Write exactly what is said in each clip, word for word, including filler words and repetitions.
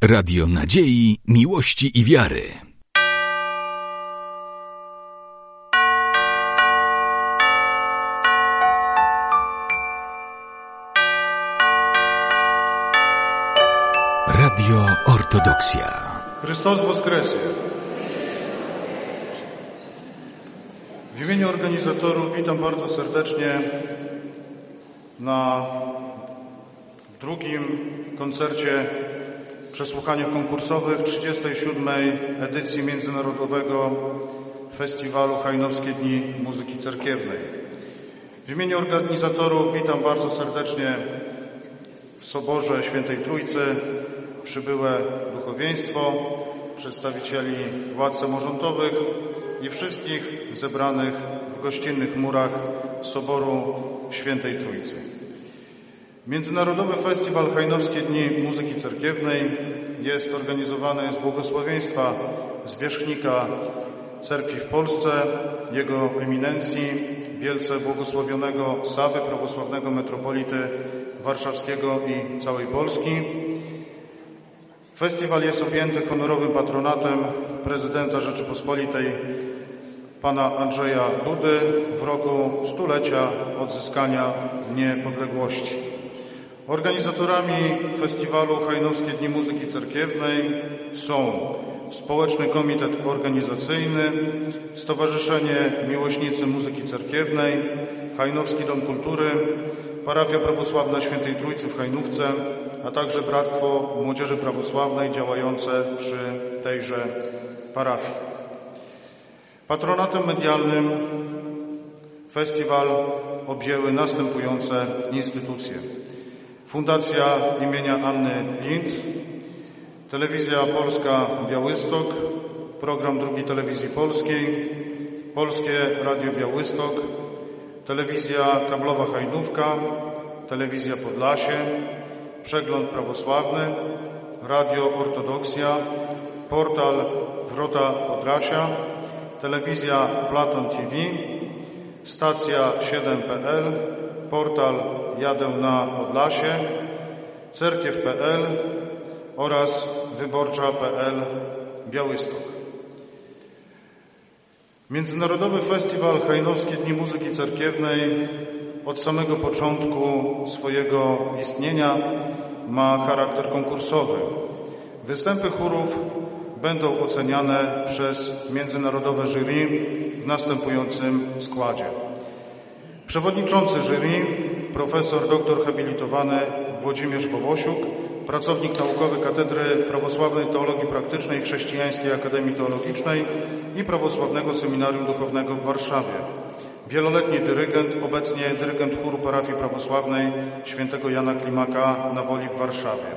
Radio Nadziei, Miłości i Wiary. Radio Ortodoksja. Chrystus Woskresie. W imieniu organizatorów witam bardzo serdecznie na drugim koncercie przesłuchania konkursowych trzydziestej siódmej edycji Międzynarodowego Festiwalu Hajnowskie Dni Muzyki Cerkiewnej. W imieniu organizatorów witam bardzo serdecznie w Soborze Świętej Trójcy przybyłe duchowieństwo, przedstawicieli władz samorządowych i wszystkich zebranych w gościnnych murach Soboru Świętej Trójcy. Międzynarodowy Festiwal Hajnowskie Dni Muzyki Cerkiewnej jest organizowany z błogosławieństwa zwierzchnika cerkwi w Polsce, jego eminencji, wielce błogosławionego Sawy, prawosławnego metropolity warszawskiego i całej Polski. Festiwal jest objęty honorowym patronatem prezydenta Rzeczypospolitej pana Andrzeja Dudy w roku stulecia odzyskania niepodległości. Organizatorami festiwalu Hajnowskie Dni Muzyki Cerkiewnej są Społeczny Komitet Organizacyjny, Stowarzyszenie Miłośnicy Muzyki Cerkiewnej, Hajnowski Dom Kultury, Parafia Prawosławna Świętej Trójcy w Hajnówce, a także Bractwo Młodzieży Prawosławnej działające przy tejże parafii. Patronatem medialnym festiwal objęły następujące instytucje. Fundacja imienia Anny Lind, Telewizja Polska Białystok, Program Drugi Telewizji Polskiej, Polskie Radio Białystok, Telewizja Kablowa Hajnówka, Telewizja Podlasie, Przegląd Prawosławny, Radio Ortodoksja, Portal Wrota Podrasia, Telewizja Platon T V, Stacja siedem kropka p l, Portal Jadę na Podlasie, Cerkiew kropka p l oraz Wyborcza kropka p l Białystok. Międzynarodowy Festiwal Hajnowskie Dni Muzyki Cerkiewnej od samego początku swojego istnienia ma charakter konkursowy. Występy chórów będą oceniane przez międzynarodowe jury w następującym składzie. Przewodniczący jury profesor doktor habilitowany Włodzimierz Wołosiuk, pracownik naukowy Katedry Prawosławnej Teologii Praktycznej Chrześcijańskiej Akademii Teologicznej i Prawosławnego Seminarium Duchownego w Warszawie. Wieloletni dyrygent, obecnie dyrygent chóru parafii prawosławnej świętego Jana Klimaka na Woli w Warszawie.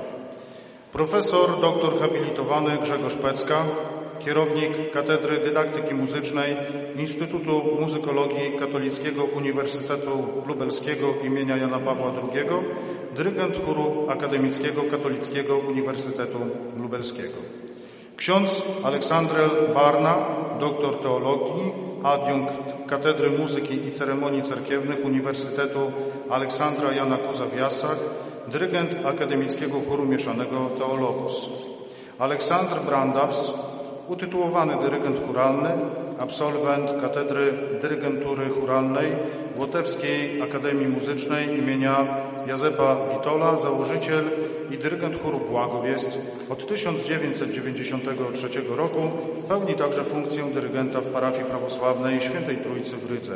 Profesor doktor habilitowany Grzegorz Pecka, kierownik Katedry Dydaktyki Muzycznej Instytutu Muzykologii Katolickiego Uniwersytetu Lubelskiego imienia Jana Pawła drugiego, dyrygent chóru akademickiego Katolickiego Uniwersytetu Lubelskiego. Ksiądz Aleksandrel Barna, doktor teologii, adiunkt Katedry Muzyki i Ceremonii Cerkiewnych Uniwersytetu Aleksandra Jana Kuza-Wiasak, dyrygent Akademickiego Chóru Mieszanego Teologos. Aleksandr Brandaws, utytułowany dyrygent chóralny, absolwent Katedry Dyrygentury Chóralnej Łotewskiej Akademii Muzycznej imienia Józefa Witola, założyciel i dyrygent chóru Błagowiest. Od tysiąc dziewięćset dziewięćdziesiątego trzeciego roku pełni także funkcję dyrygenta w parafii prawosławnej Świętej Trójcy w Rydze.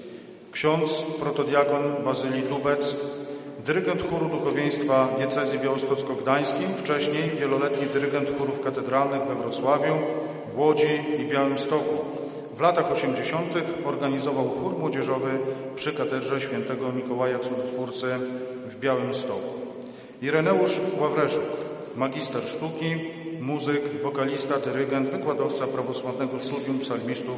Ksiądz protodiakon Bazylii Dubec, dyrygent chóru duchowieństwa diecezji białostocko-gdańskiej, wcześniej wieloletni dyrygent chórów katedralnych we Wrocławiu, Łodzi i Białymstoku. W latach osiemdziesiątych organizował chór młodzieżowy przy katedrze świętego Mikołaja Cudotwórcy w Białymstoku. Ireneusz Ławreszuk, magister sztuki, muzyk, wokalista, dyrygent, wykładowca prawosławnego studium psalmistów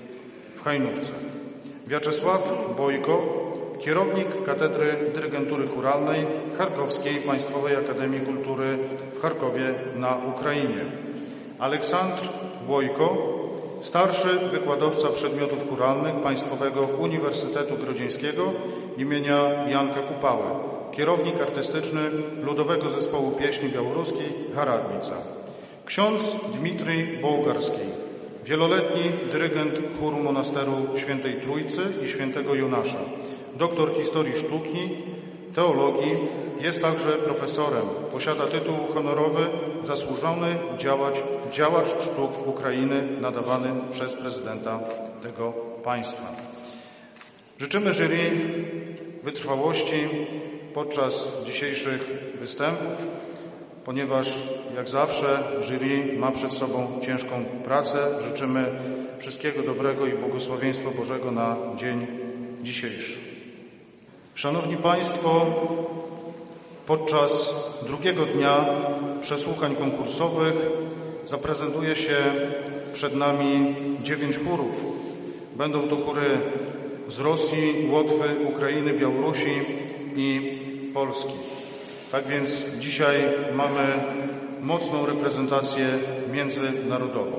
w Hajnówce. Wiaczesław Bojko, kierownik Katedry Dyrygentury Chóralnej Charkowskiej Państwowej Akademii Kultury w Charkowie na Ukrainie. Aleksandr Bojko, starszy wykładowca przedmiotów chóralnych Państwowego Uniwersytetu Grodzieńskiego imienia Janka Kupały, kierownik artystyczny Ludowego Zespołu Pieśni Białoruskiej Haradnica. Ksiądz Dmitrij Bołgarski, wieloletni dyrygent chóru Monasteru Świętej Trójcy i Świętego Jonasza, doktor historii sztuki, teologii, jest także profesorem. Posiada tytuł honorowy Zasłużony działacz, działacz sztuk Ukrainy nadawany przez prezydenta tego państwa. Życzymy jury wytrwałości podczas dzisiejszych występów, ponieważ jak zawsze jury ma przed sobą ciężką pracę. Życzymy wszystkiego dobrego i błogosławieństwa Bożego na dzień dzisiejszy. Szanowni Państwo, podczas drugiego dnia przesłuchań konkursowych zaprezentuje się przed nami dziewięć chórów. Będą to chóry z Rosji, Łotwy, Ukrainy, Białorusi i Polski. Tak więc dzisiaj mamy mocną reprezentację międzynarodową.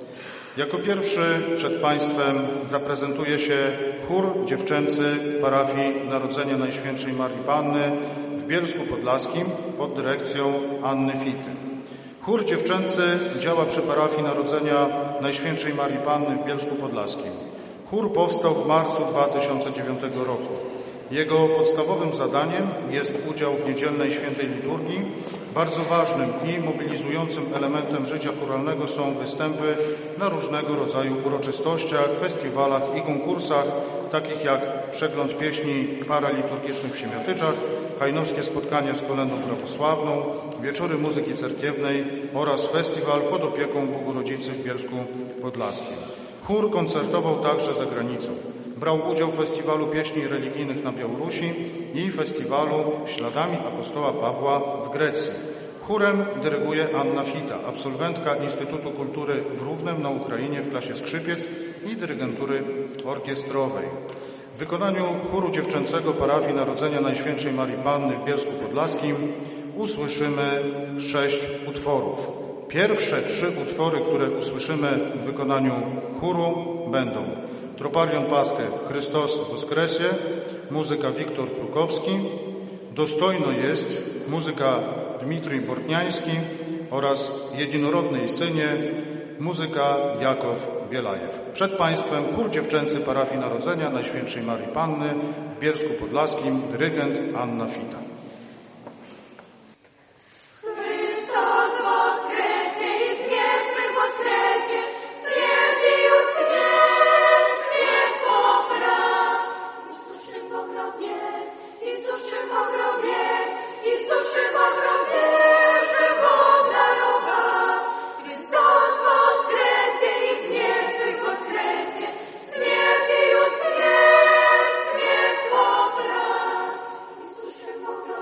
Jako pierwszy przed Państwem zaprezentuje się chór dziewczęcy parafii Narodzenia Najświętszej Marii Panny w Bielsku Podlaskim pod dyrekcją Anny Fity. Chór dziewczęcy działa przy parafii Narodzenia Najświętszej Marii Panny w Bielsku Podlaskim. Chór powstał w marcu dwa tysiące dziewiątego roku. Jego podstawowym zadaniem jest udział w niedzielnej świętej liturgii. Bardzo ważnym i mobilizującym elementem życia chóralnego są występy na różnego rodzaju uroczystościach, festiwalach i konkursach, takich jak przegląd pieśni paraliturgicznych w Siemiatyczach, hajnowskie spotkania z kolędą prawosławną, wieczory muzyki cerkiewnej oraz festiwal pod opieką Bogu Rodzicy w Bielsku Podlaskim. Chór koncertował także za granicą. Brał udział w festiwalu pieśni religijnych na Białorusi i festiwalu Śladami apostoła Pawła w Grecji. Chórem dyryguje Anna Fita, absolwentka Instytutu Kultury w Równem na Ukrainie w klasie skrzypiec i dyrygentury orkiestrowej. W wykonaniu chóru dziewczęcego parafii Narodzenia Najświętszej Marii Panny w Bielsku Podlaskim usłyszymy sześć utworów. Pierwsze trzy utwory, które usłyszymy w wykonaniu chóru, będą Troparion Paschę Chrystus Woskresie, muzyka Wiktor Prukowski, Dostojno jest, muzyka Dmitrij Bortniański oraz Jedinorodnej Synie, muzyka Jakow Bielajew. Przed Państwem chór dziewczęcy parafii Narodzenia Najświętszej Marii Panny w Bielsku Podlaskim, dyrygent Anna Fita. Popra,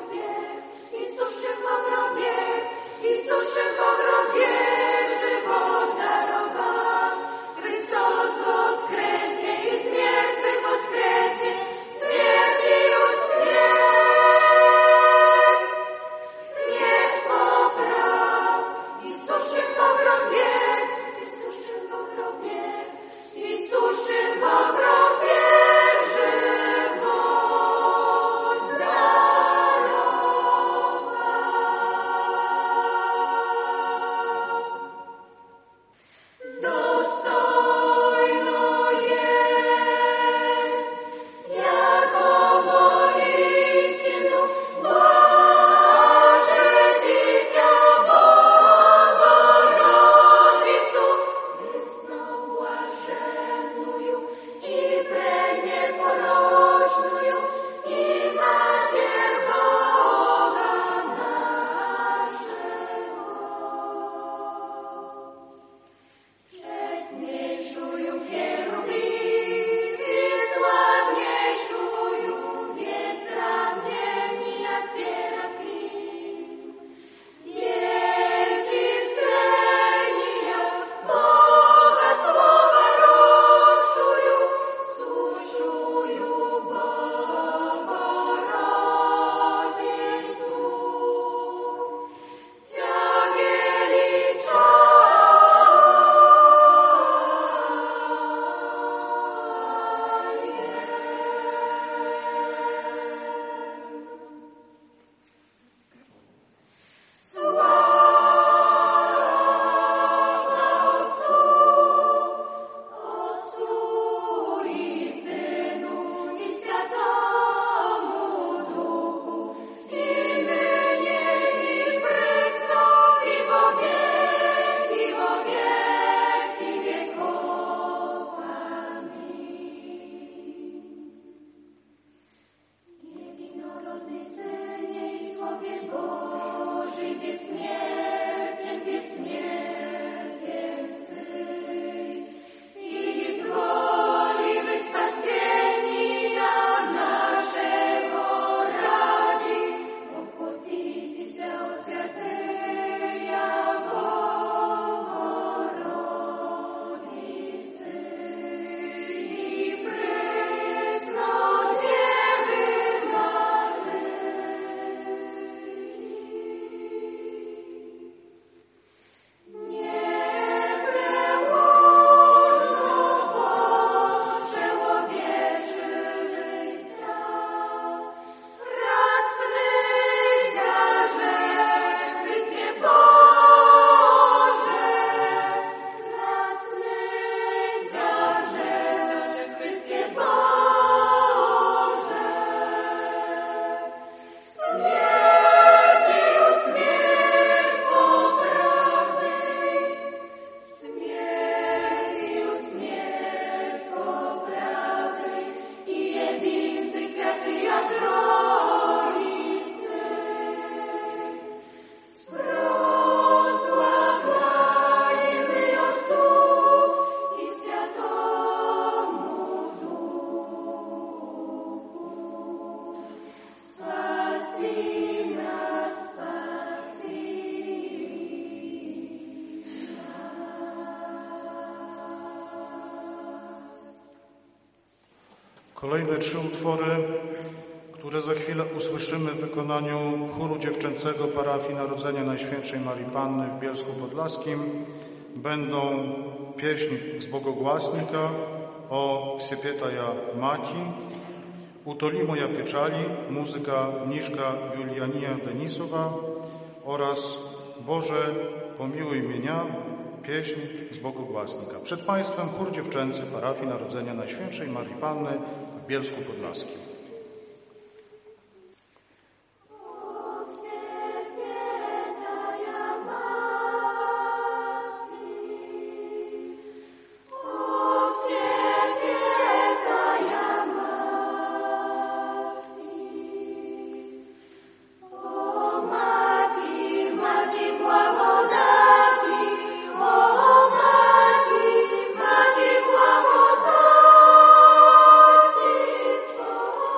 Kolejne trzy utwory, które za chwilę usłyszymy w wykonaniu chóru dziewczęcego parafii Narodzenia Najświętszej Marii Panny w Bielsku Podlaskim, będą pieśń z Bogogłasnika o Wsypietaja Mati, Utoli moja pieczali, muzyka Niżka Julianija Denisowa oraz Boże pomiłuj mienia, pieśń z Bogogłasnika. Przed Państwem chór dziewczęcy parafii Narodzenia Najświętszej Marii Panny w Bielsku Podlaskim. Oh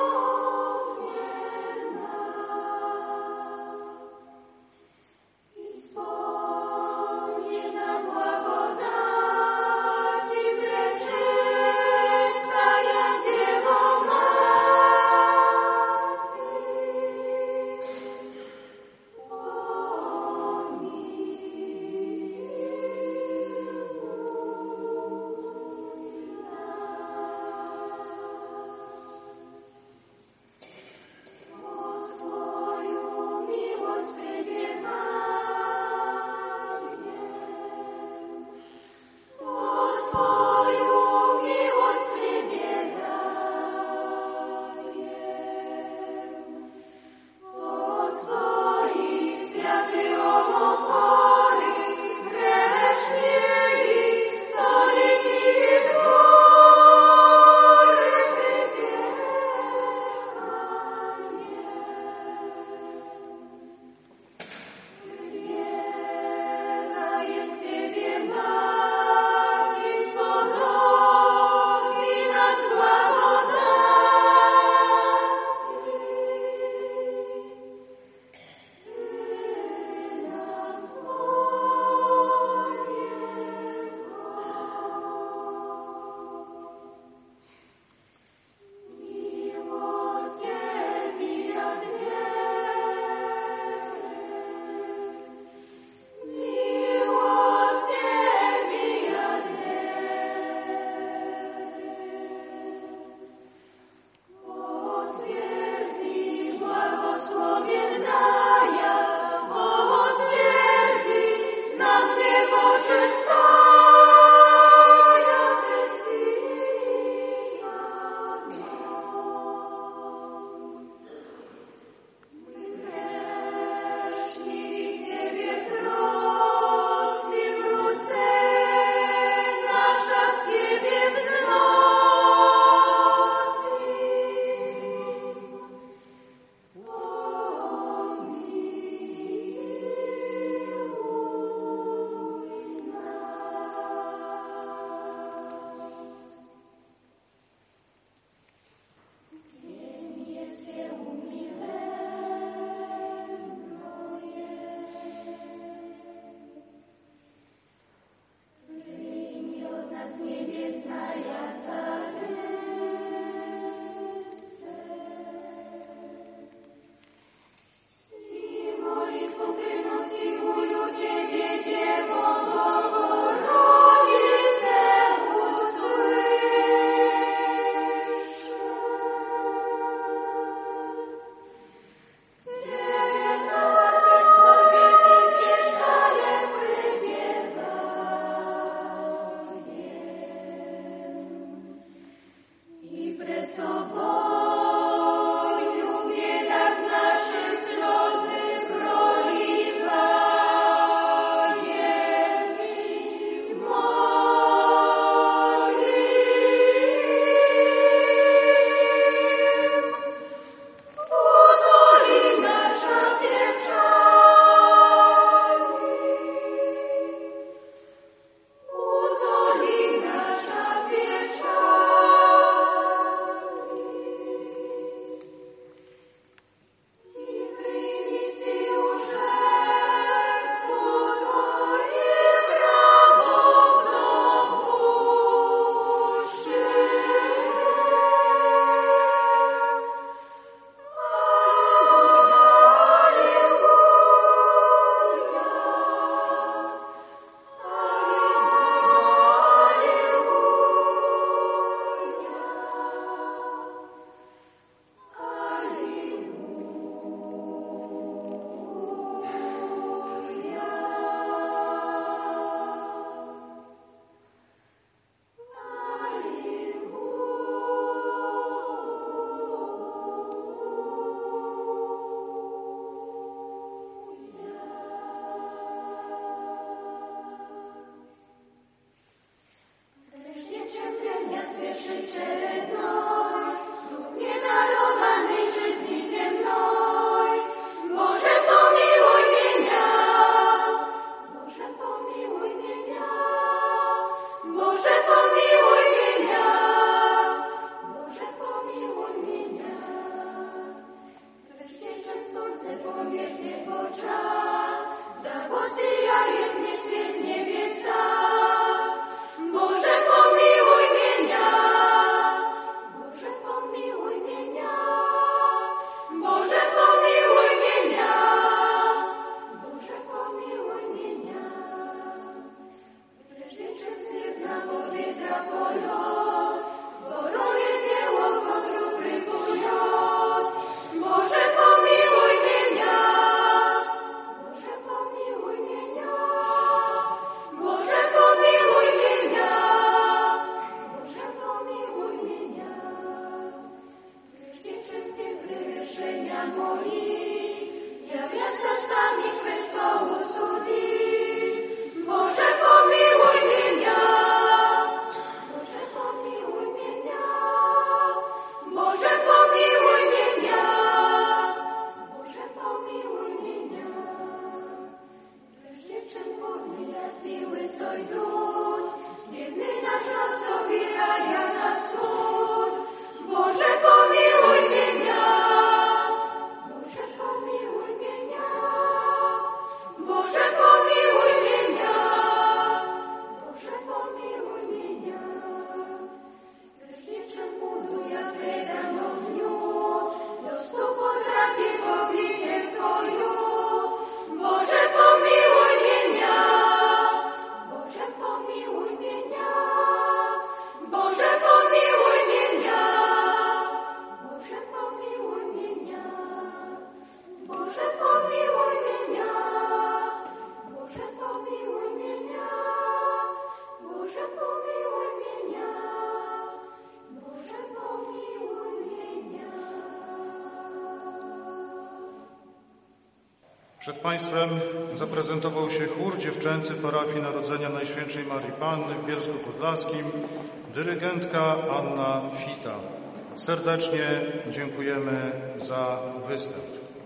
Przed Państwem zaprezentował się chór dziewczęcy parafii Narodzenia Najświętszej Marii Panny w Bielsku Podlaskim, dyrygentka Anna Fita. Serdecznie dziękujemy za występ.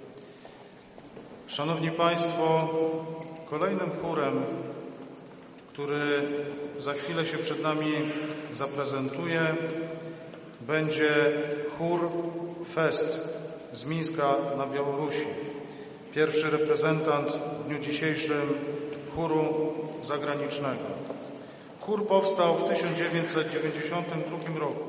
Szanowni Państwo, kolejnym chórem, który za chwilę się przed nami zaprezentuje, będzie chór Fest z Mińska na Białorusi. Pierwszy reprezentant w dniu dzisiejszym chóru zagranicznego. Chór powstał w tysiąc dziewięćset dziewięćdziesiątym drugim roku.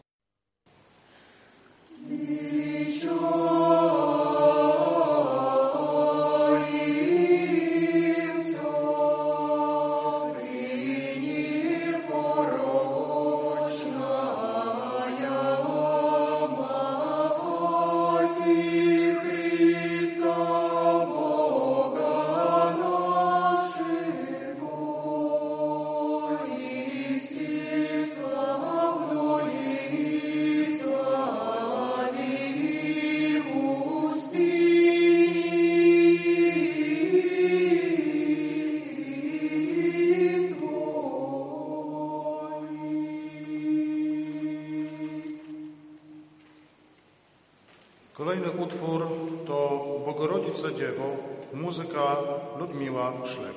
Kolejny utwór to Bogorodice Dziewo, muzyka Ludmiła Szlek.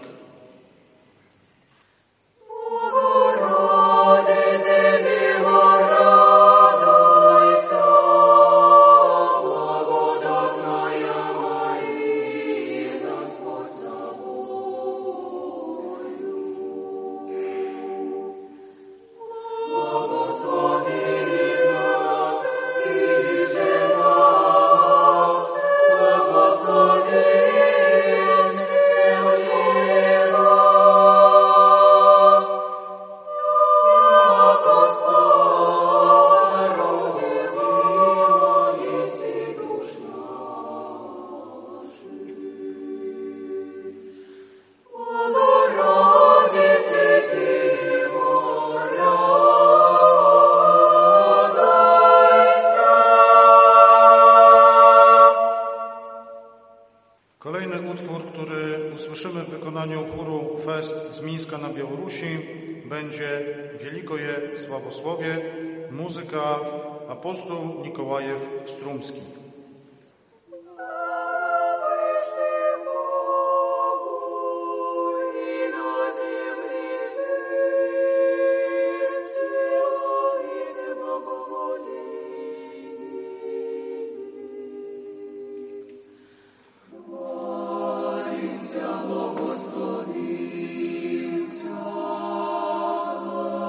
Kolejny utwór, który usłyszymy w wykonaniu chóru Fest z Mińska na Białorusi, będzie Wielikoje Sławosłowie, muzyka apostoł Nikołajew Strumski.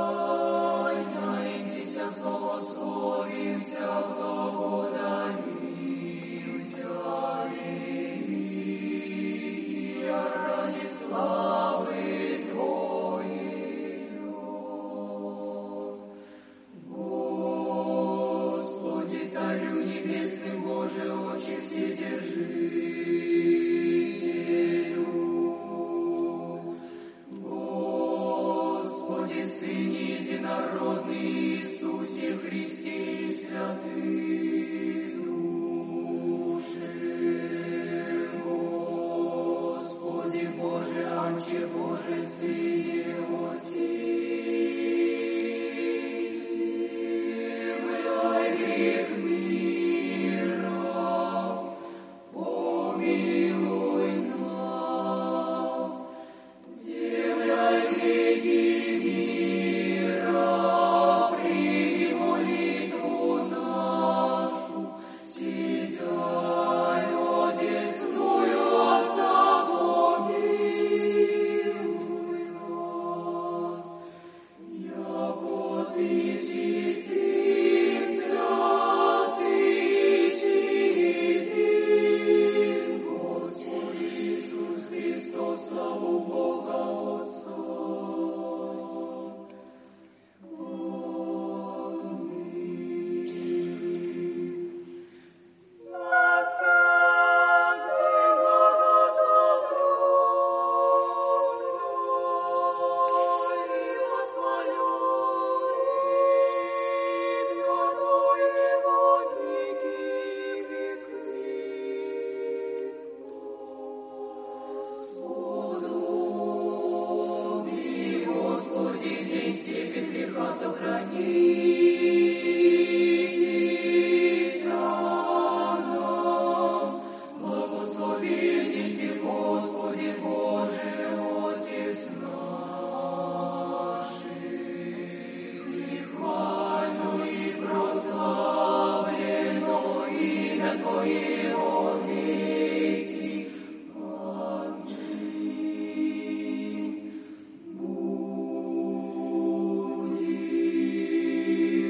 Благословим Тебя, благодарим. Amen.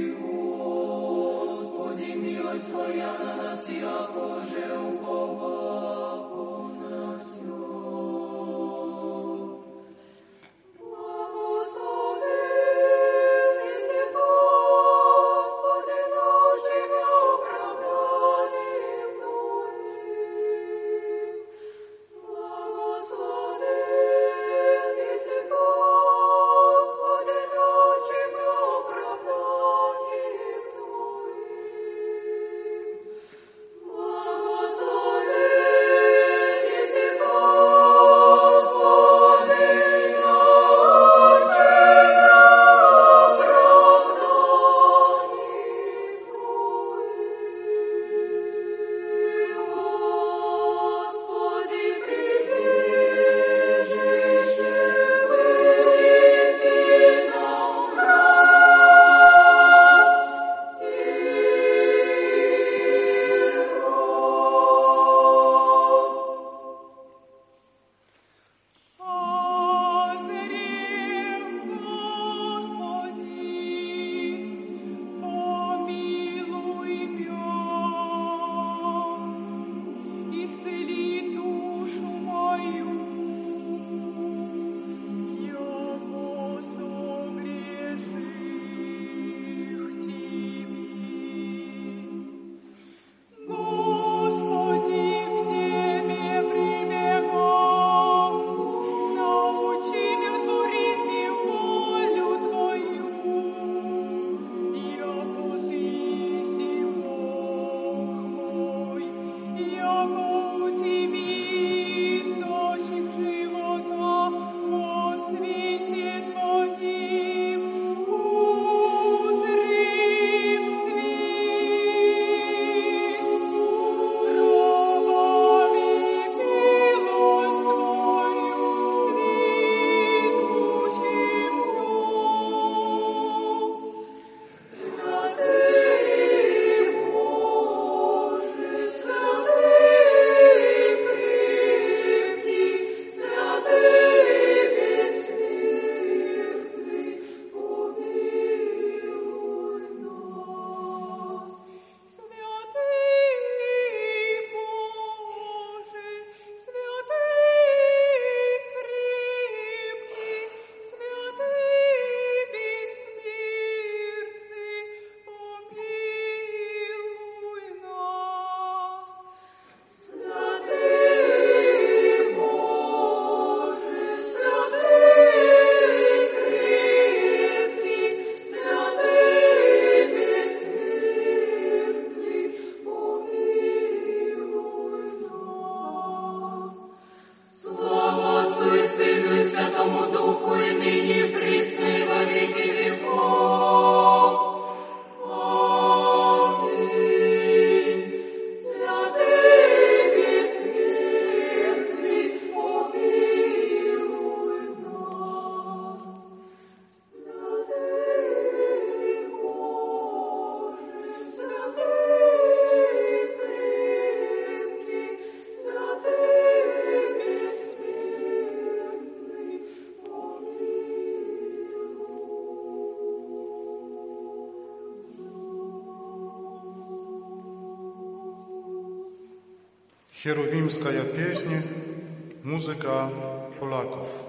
Cherubimska pieśń, muzyka Polaków.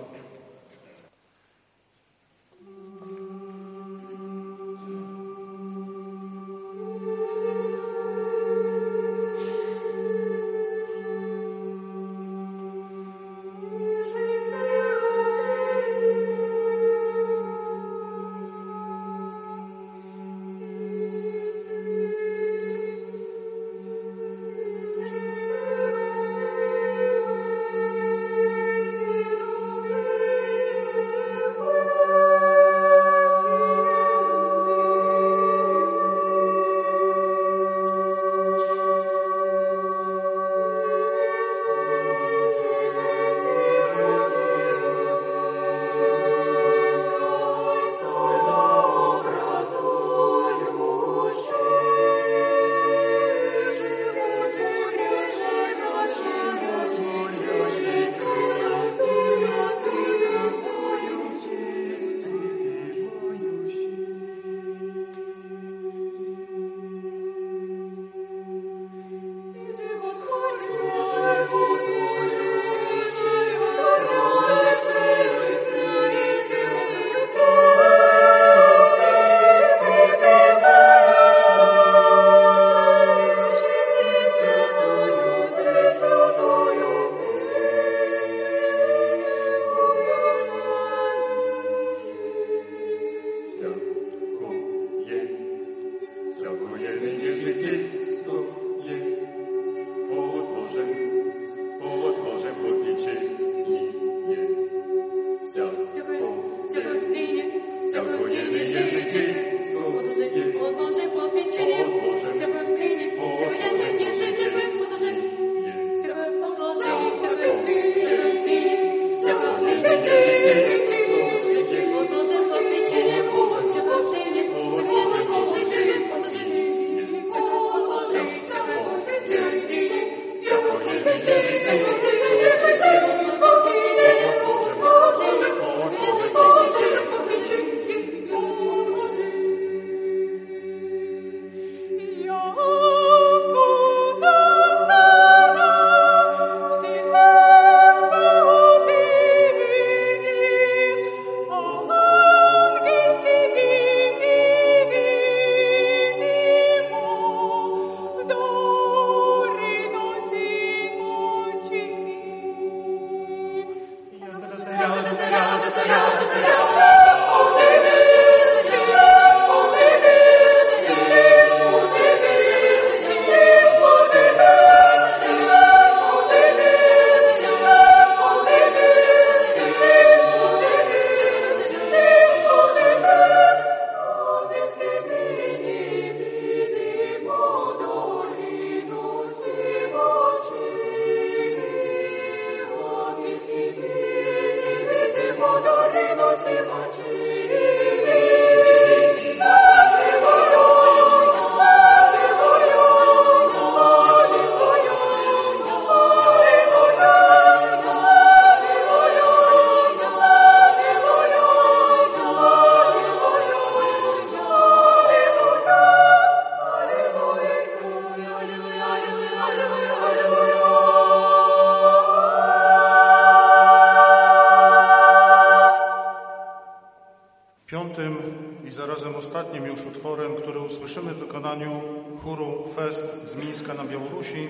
Piątym i zarazem ostatnim już utworem, który usłyszymy w wykonaniu chóru Fest z Mińska na Białorusi,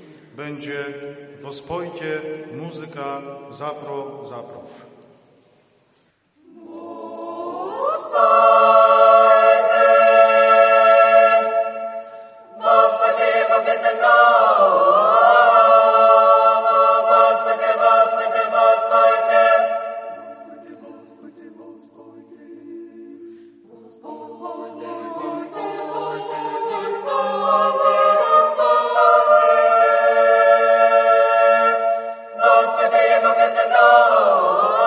będzie Wospojcie muzyka Zapro Zaprow. Господи, Боже,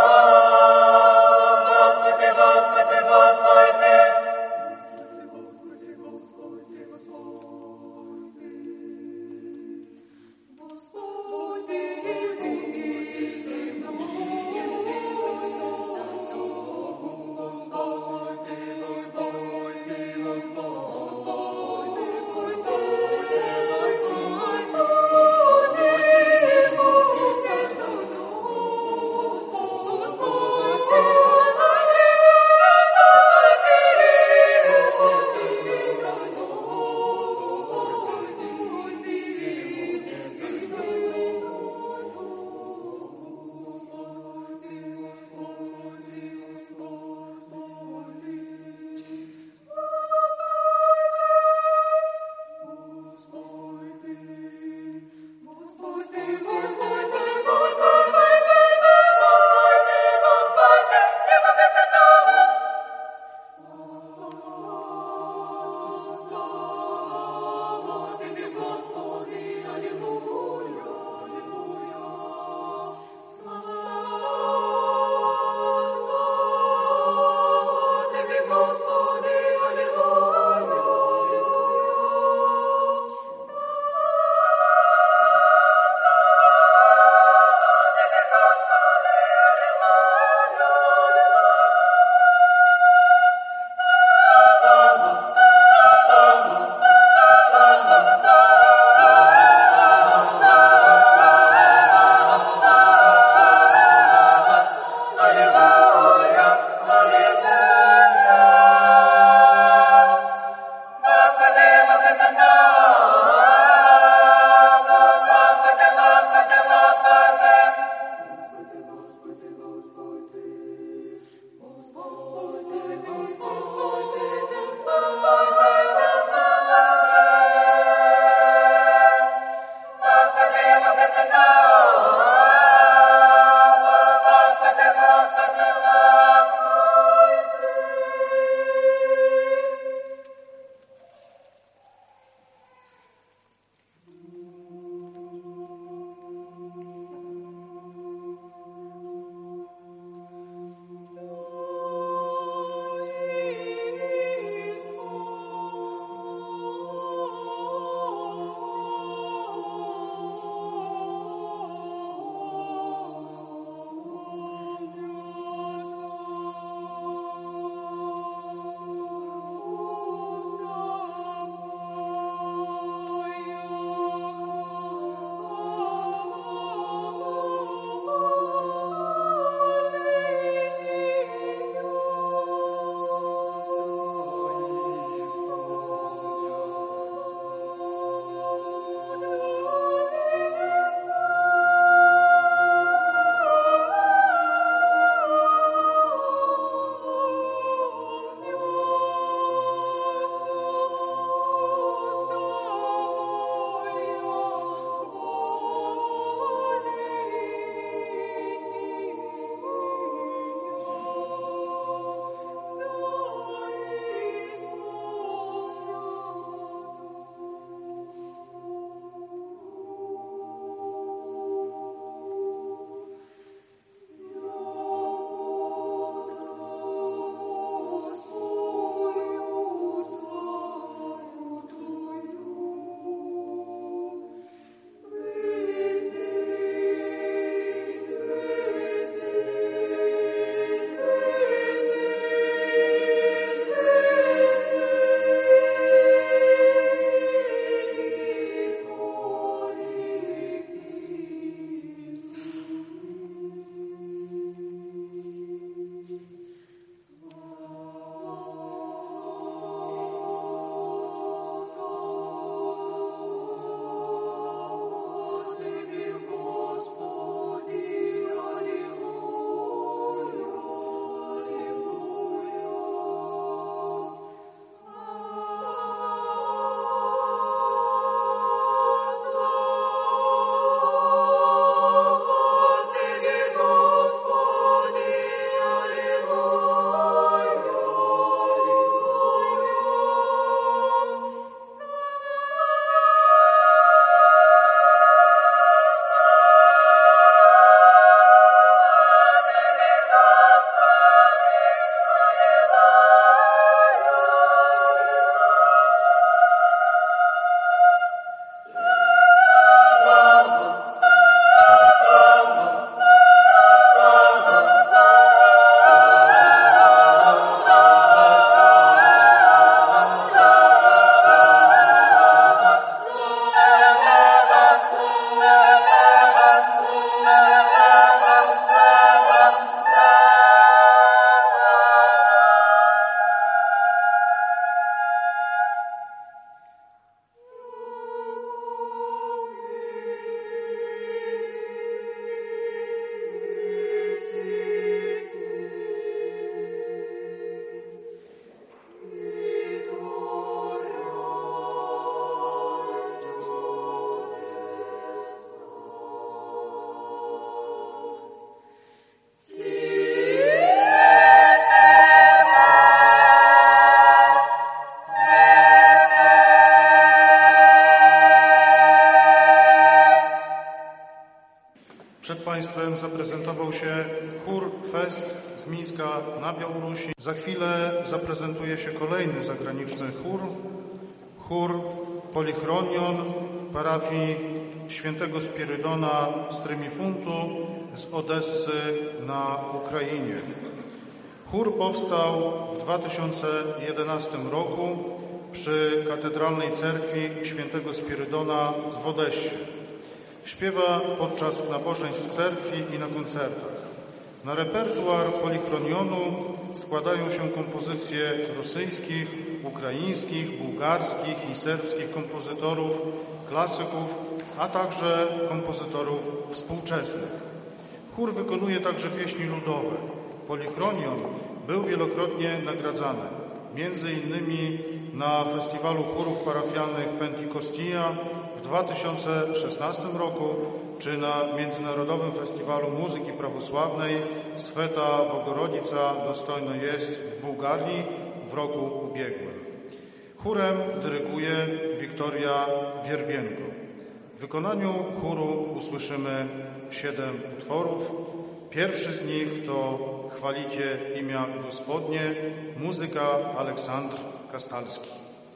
Państwem zaprezentował się chór Fest z Mińska na Białorusi. Za chwilę zaprezentuje się kolejny zagraniczny chór, chór Polichronion parafii świętego Spirydona z Trymifuntu z Odessy na Ukrainie. Chór powstał w dwa tysiące jedenastym roku przy katedralnej cerkwi świętego Spirydona w Odessie. Śpiewa podczas nabożeństw w cerkwi i na koncertach. Na repertuar Polichronionu składają się kompozycje rosyjskich, ukraińskich, bułgarskich i serbskich kompozytorów, klasyków, a także kompozytorów współczesnych. Chór wykonuje także pieśni ludowe. Polichronion był wielokrotnie nagradzany, między innymi na festiwalu chórów parafialnych Pentikostia w dwa tysiące szesnastym roku, czy na Międzynarodowym Festiwalu Muzyki Prawosławnej Sweta Bogorodica Dostojno jest w Bułgarii w roku ubiegłym. Chórem dyryguje Wiktoria Wierbienko. W wykonaniu chóru usłyszymy siedem utworów. Pierwszy z nich to Chwalicie imię Gospodnie, muzyka Aleksandr Kastalski.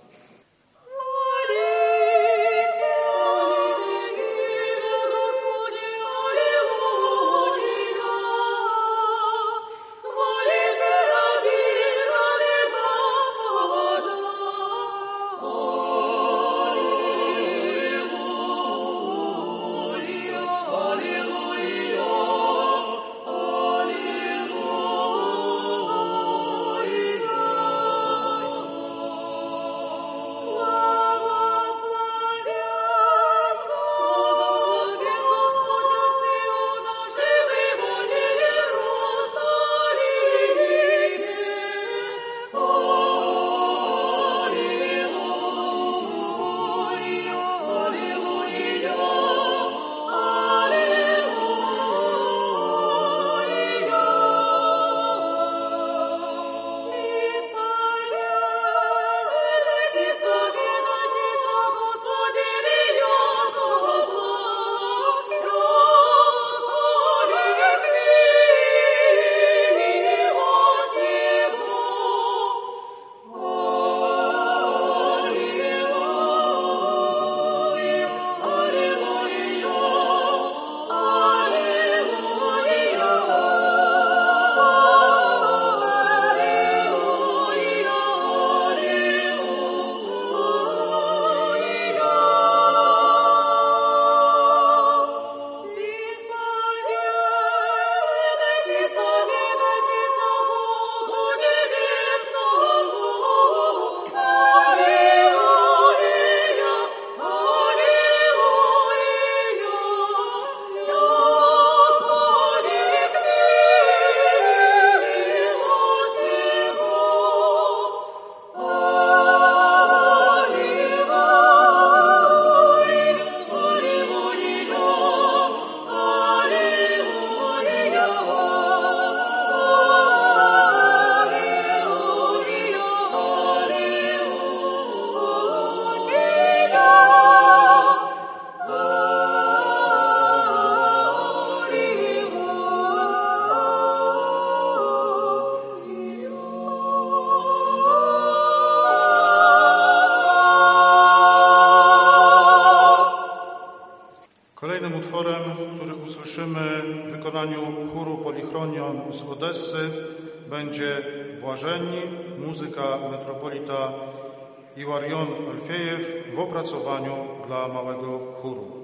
Kolejnym utworem, który usłyszymy w wykonaniu chóru Polichronion z Odessy, będzie Błażeni, muzyka metropolita Iłarion Alfiejew w opracowaniu dla małego chóru.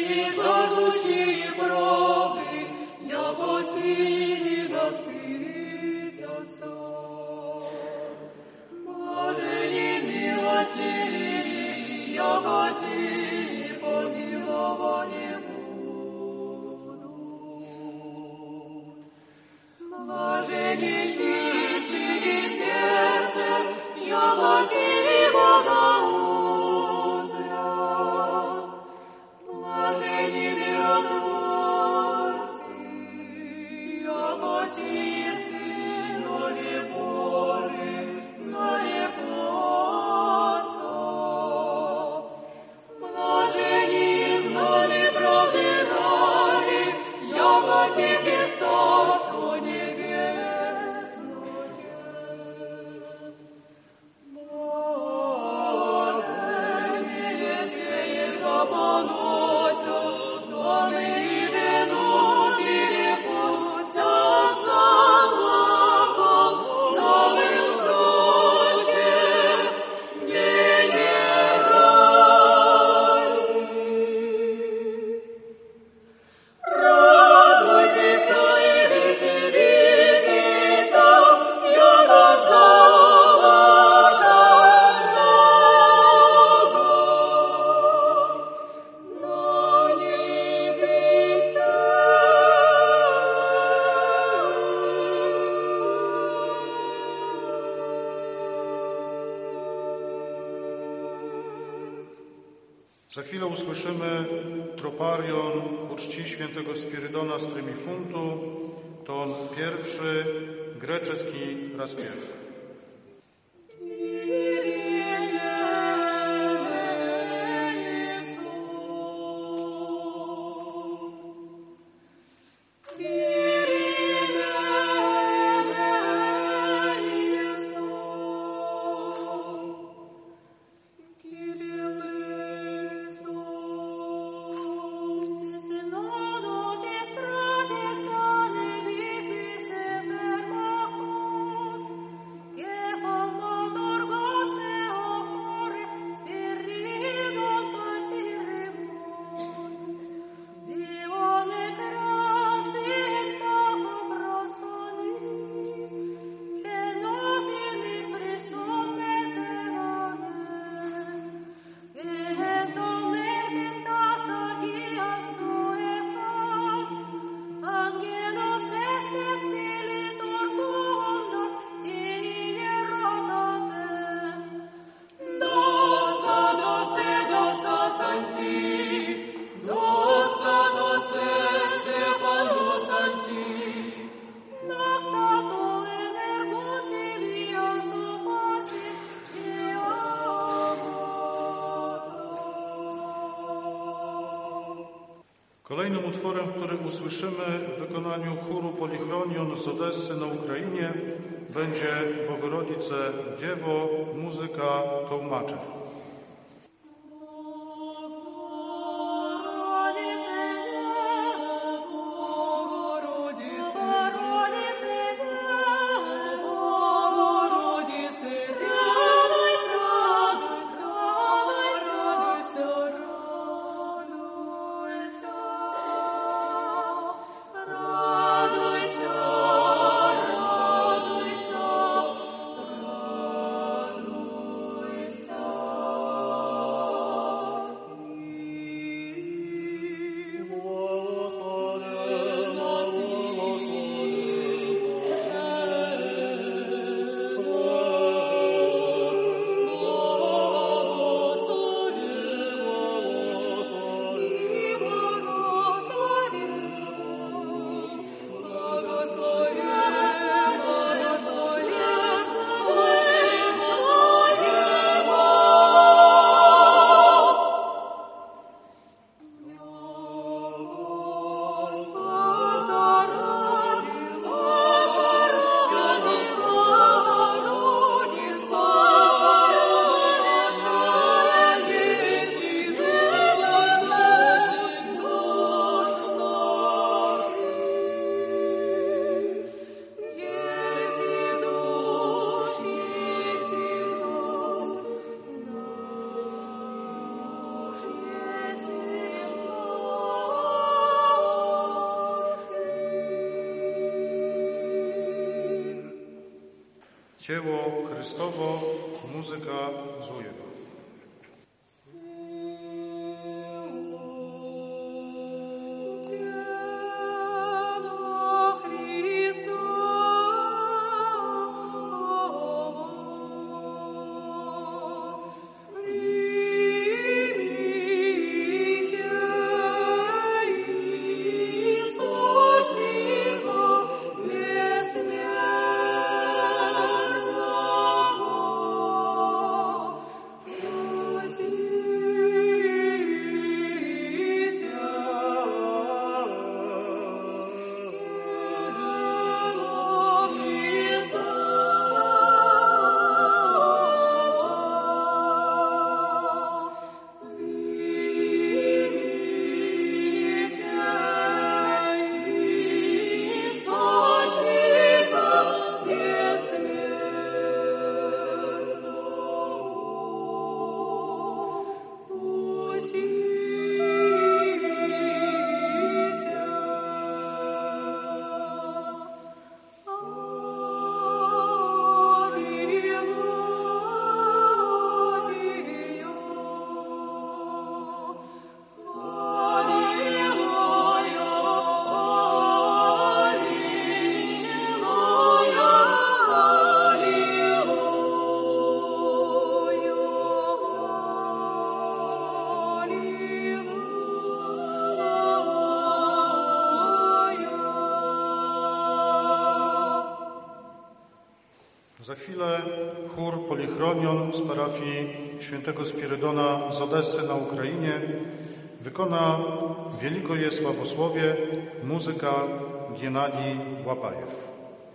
Za chwilę usłyszymy troparion ku czci świętego Spirydona z Trymifuntu, ton pierwszy, greczeski raspiew. Kolejnym utworem, który usłyszymy w wykonaniu chóru Polichronion z Odessy na Ukrainie, będzie Bogorodice Dziewo, muzyka Tołmaczew. So Dzieło Chrystowo, muzyka Zujego. Za chwilę chór Polichronion z parafii świętego Spirydona z Odessy na Ukrainie wykona Wielikoje Sławosłowie, muzyka Giennadij Łapajew.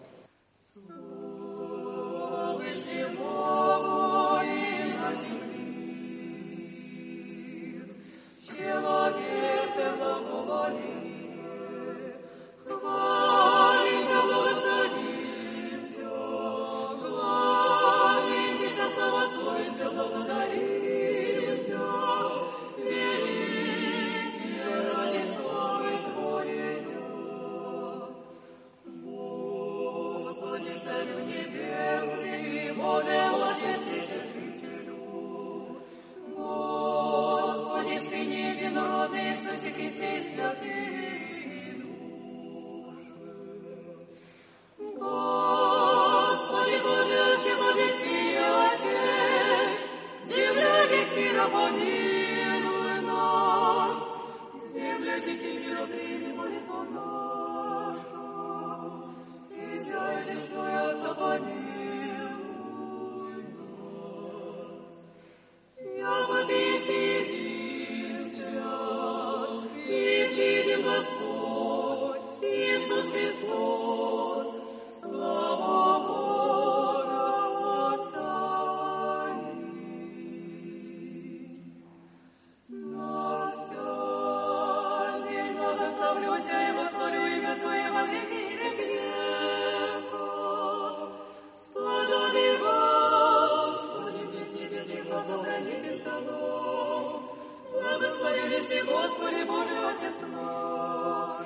Господи Боже, Отец наш,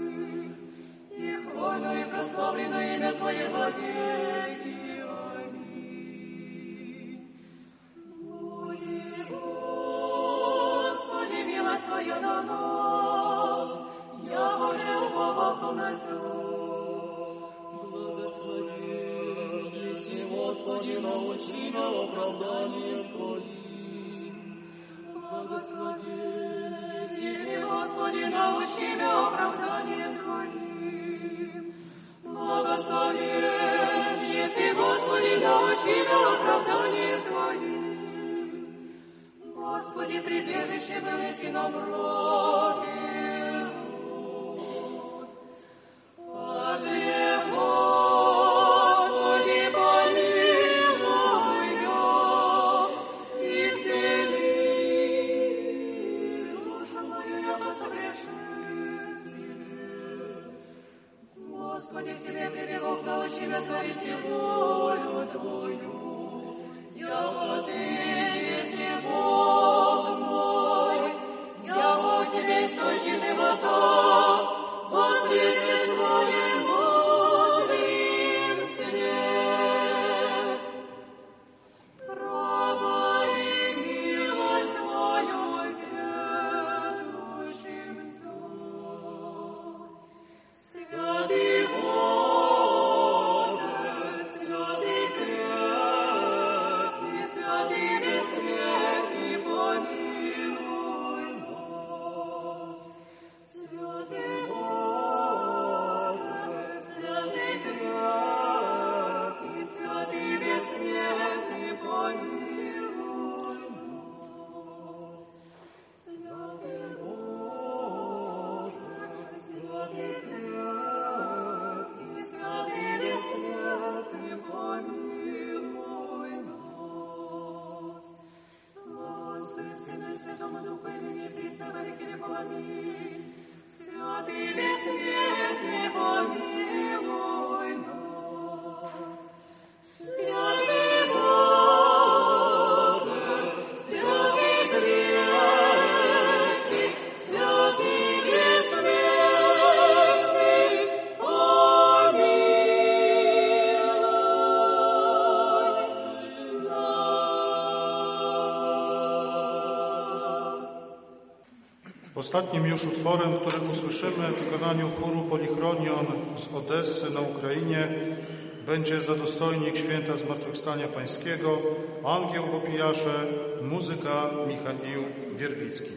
и хвально и прославлено имя Твое во веки. Аминь. Буди, Господи, милость Твоя на нас, я уже упал на Тебя. Благослови, еси, Господи, научи на оправдание Твоим. Благослови, Господи, научи меня оправданием Твоим. Благословен, если, Господи, научи меня оправданием Твоим. Господи, прибежище вынеси нам роки. А Ты, Господи, помилуй меня, исцели. Господи, к Тебе прибегов, научи меня творить волю Твою. Яко Ты есть Бог мой, яко Тебе источник живота, во свете Твоем Божьем свете. Ostatnim już utworem, który usłyszymy w wykonaniu chóru Polichronion z Odessy na Ukrainie, będzie Zadostojnik Święta Zmartwychwstania Pańskiego, Angieł w opijasze, muzyka Michał Wierbicki.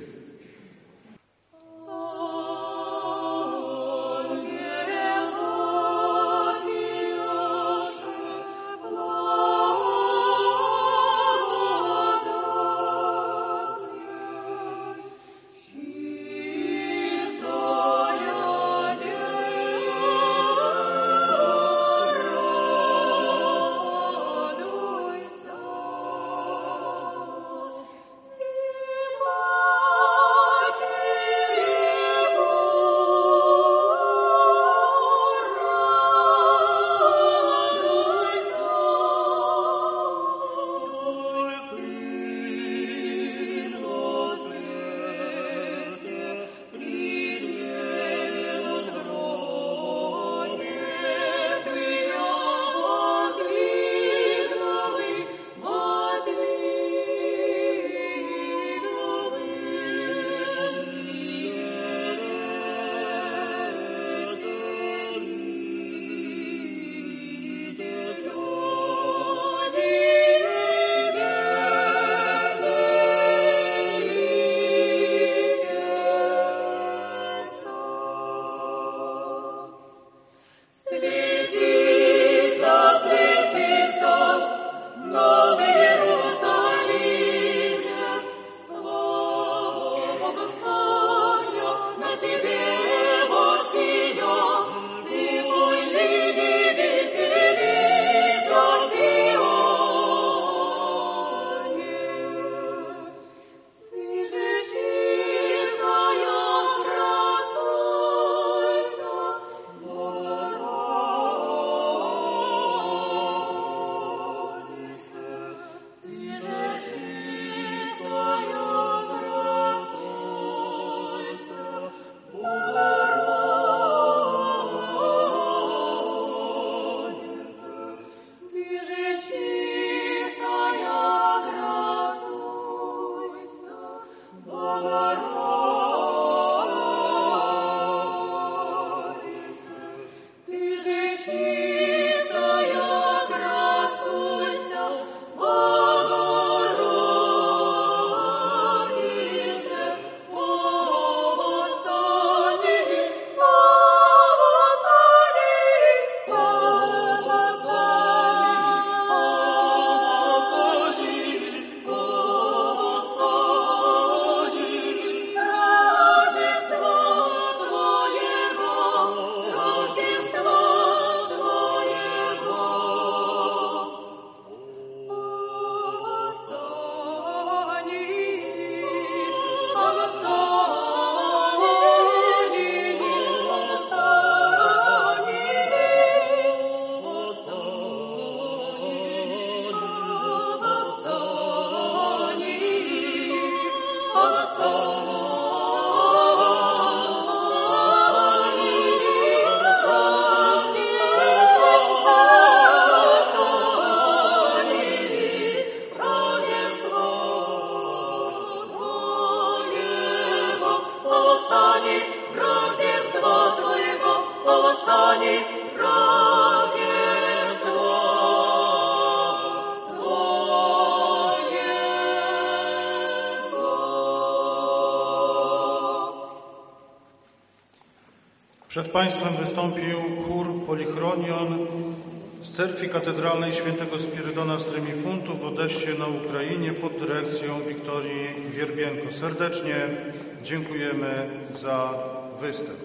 Przed Państwem wystąpił chór Polichronion z Cerkwi Katedralnej Świętego Spirydona z Tremifuntu w Odessie na Ukrainie pod dyrekcją Wiktorii Wierbienko. Serdecznie dziękujemy za występ.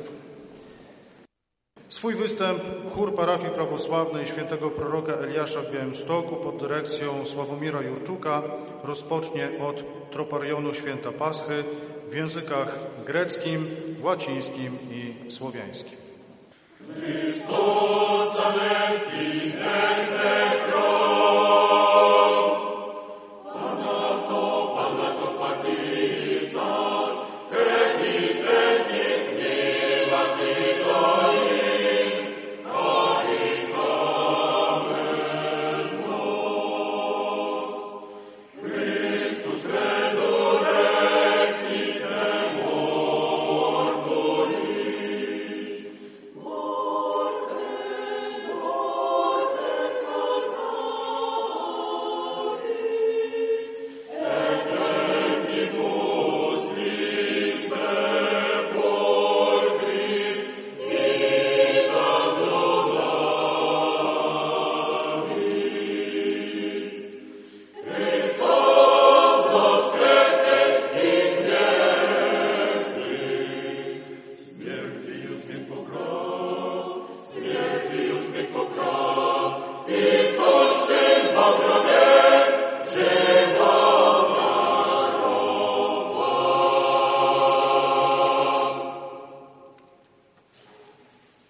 Swój występ chór parafii prawosławnej Świętego Proroka Eliasza w Białymstoku pod dyrekcją Sławomira Jurczuka rozpocznie od troparionu Święta Paschy w językach greckim, łacińskim i słowiańskim. Christus anesti Christus resurrexite mors.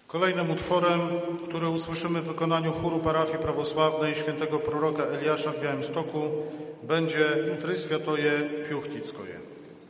Kolejnym utworem, który usłyszymy w wykonaniu chóru parafii prawosławnej świętego proroka Eliasza w Białymstoku, będzie Try Światoje Piuchtickoje.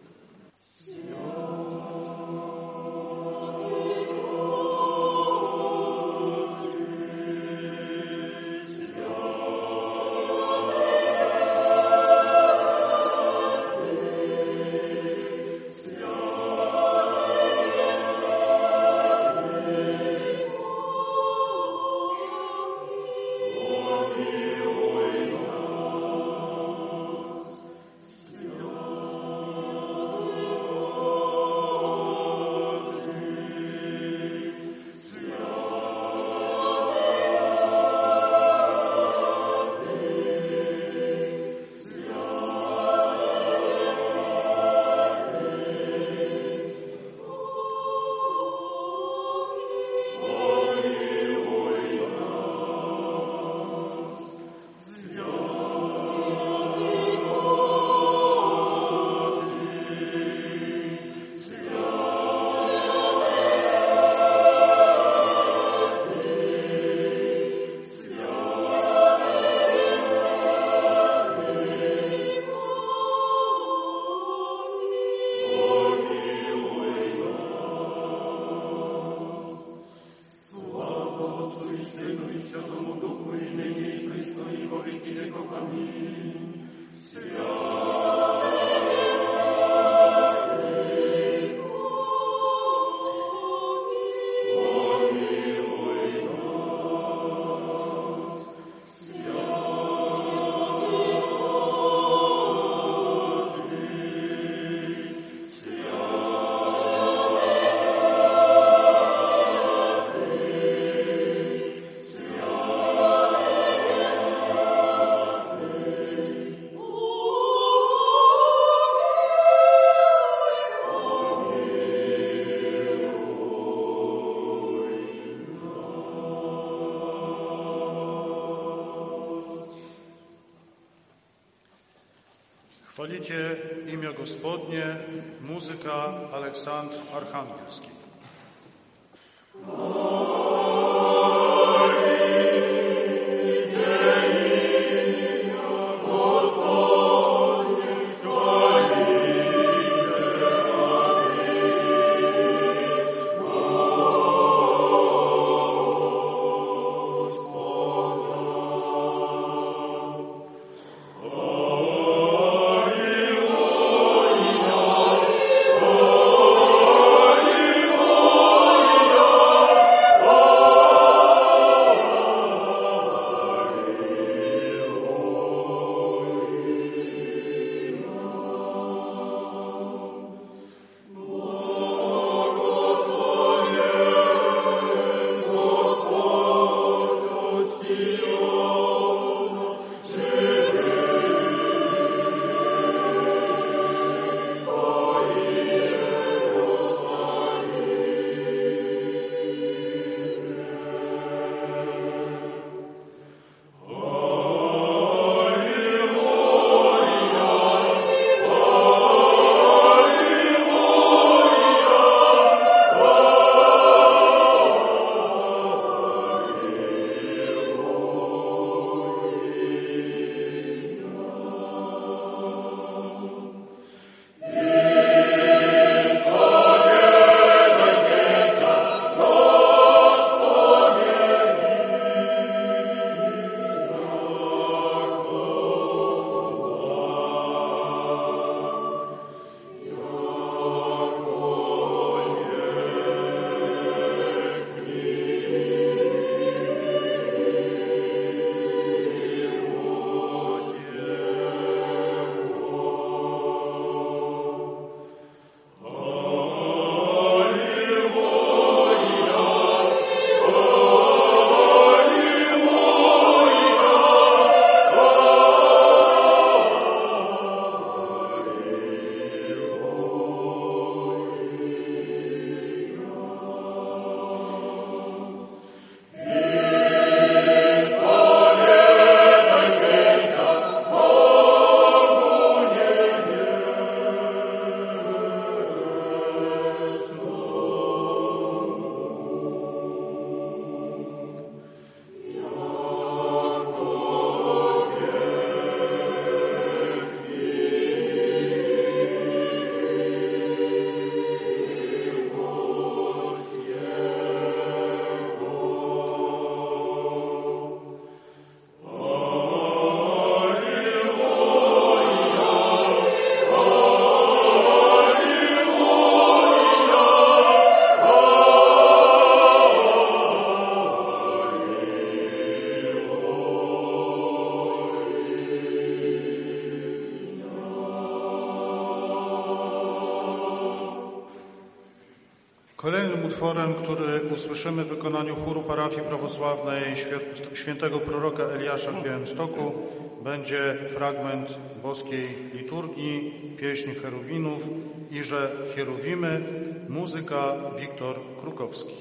Chwalicie imię Gospodnie, muzyka Aleksandr Archangielski. Oh Kolejnym utworem, który usłyszymy w wykonaniu chóru parafii prawosławnej świętego proroka Eliasza w Białymstoku, będzie fragment boskiej liturgii, pieśń cherubinów Iże Chierubimy, muzyka Wiktor Krukowski.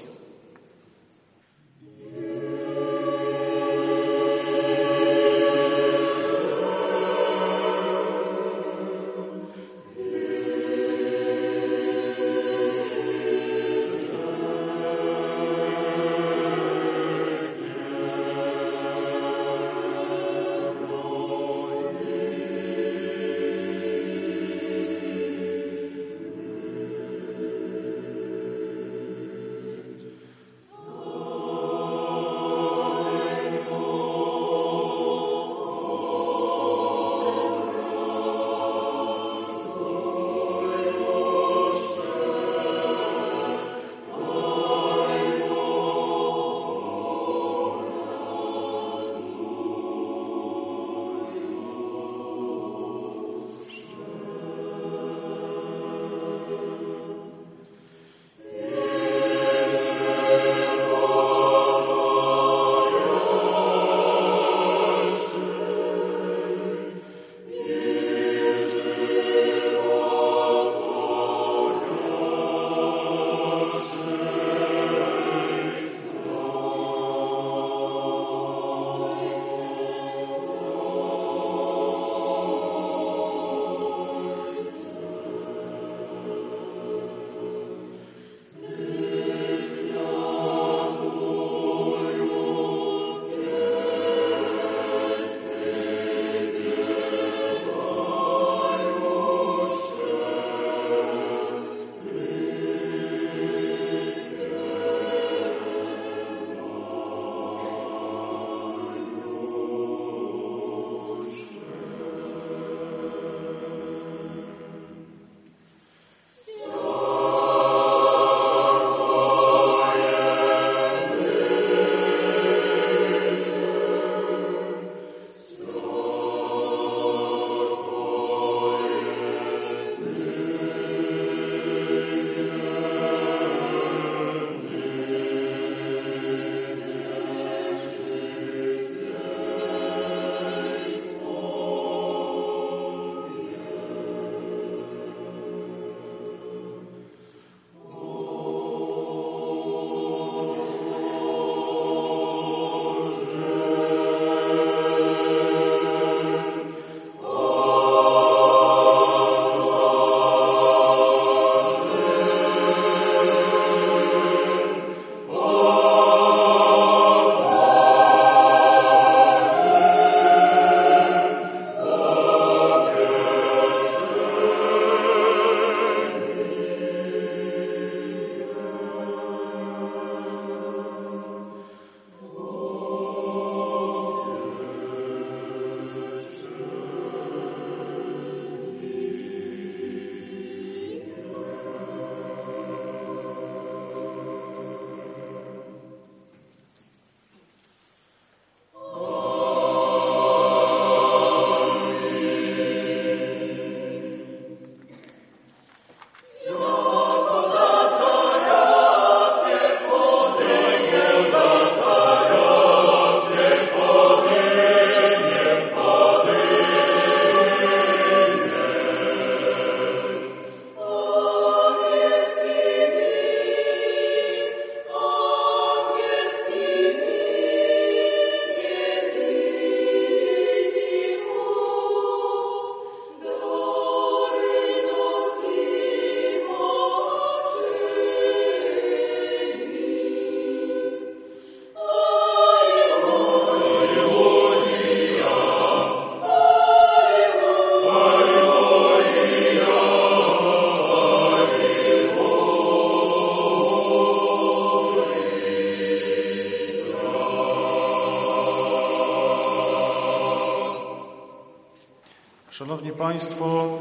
Szanowni Państwo,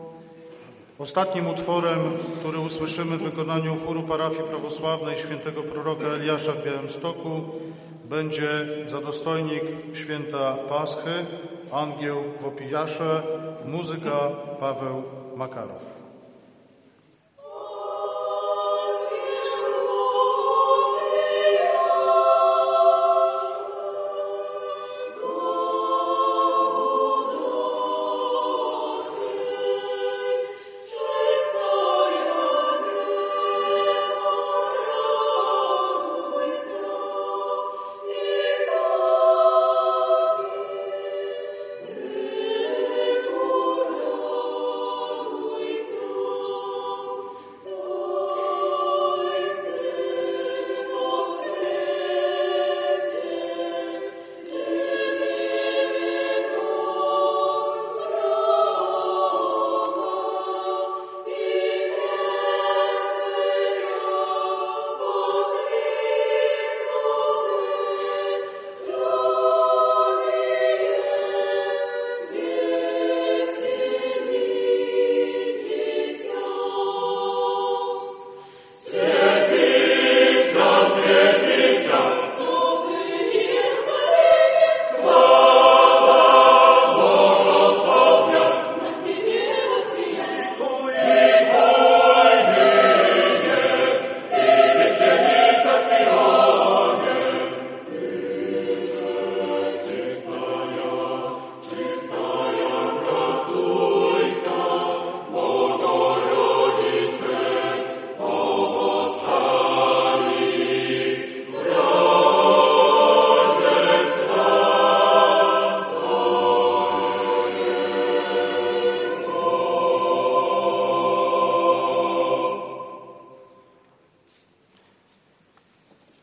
ostatnim utworem, który usłyszymy w wykonaniu chóru parafii prawosławnej świętego proroka Eliasza w Białymstoku, będzie zadostojnik święta Paschy, Angieł w Opijasze, muzyka Paweł Makarow. Angieł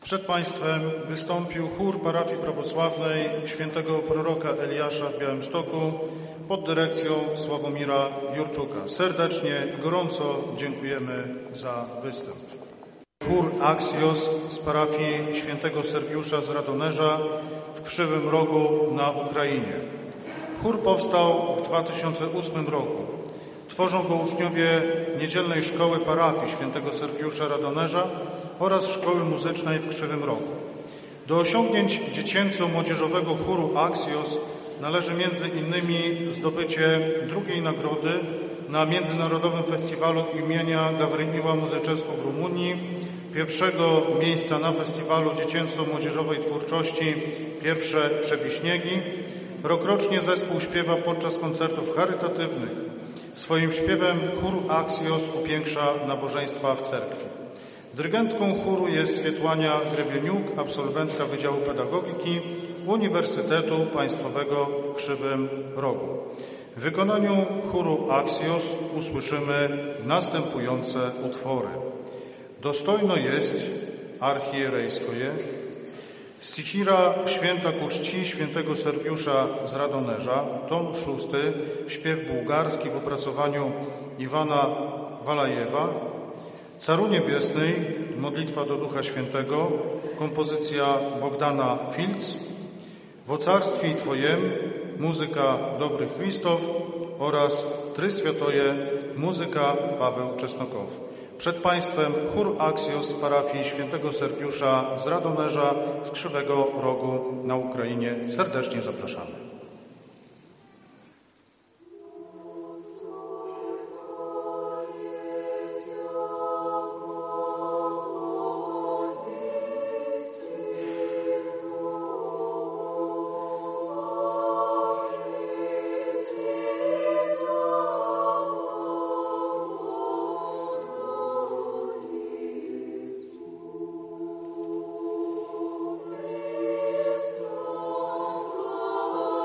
Przed Państwem wystąpił chór parafii prawosławnej świętego proroka Eliasza w Białymstoku pod dyrekcją Sławomira Jurczuka. Serdecznie, gorąco dziękujemy za występ. Chór Axios z parafii świętego Sergiusza z Radonerza w Krzywym Rogu na Ukrainie. Chór powstał w dwa tysiące ósmym roku. Tworzą go uczniowie Niedzielnej Szkoły Parafii świętego Sergiusza Radonerza oraz Szkoły Muzycznej w Krzywym Rogu. Do osiągnięć dziecięco-młodzieżowego chóru Axios należy między innymi zdobycie drugiej nagrody na Międzynarodowym Festiwalu imienia Gawryniła Muzyczesku w Rumunii, pierwszego miejsca na Festiwalu Dziecięco-Młodzieżowej Twórczości Pierwsze Przebiśniegi. Rokrocznie zespół śpiewa podczas koncertów charytatywnych. Swoim śpiewem chór Axios upiększa nabożeństwa w cerkwi. Dyrygentką chóru jest Swietłania Grebieniuk, absolwentka Wydziału Pedagogiki Uniwersytetu Państwowego w Krzywym Rogu. W wykonaniu chóru Axios usłyszymy następujące utwory. Dostojno jest archierejskoje, Stichira Święta ku czci świętego Sergiusza z Radonerza, tom szósty, śpiew bułgarski w opracowaniu Iwana Walajewa, Caru Niebiesnej, modlitwa do Ducha Świętego, kompozycja Bogdana Filc, w Ocarstwie Twojem, muzyka Dobry Christof oraz Tryswiatoje, muzyka Paweł Czesnokow. Przed Państwem chór Axios z parafii świętego Sergiusza z Radonerza z Krzywego Rogu na Ukrainie. Serdecznie zapraszamy. Oh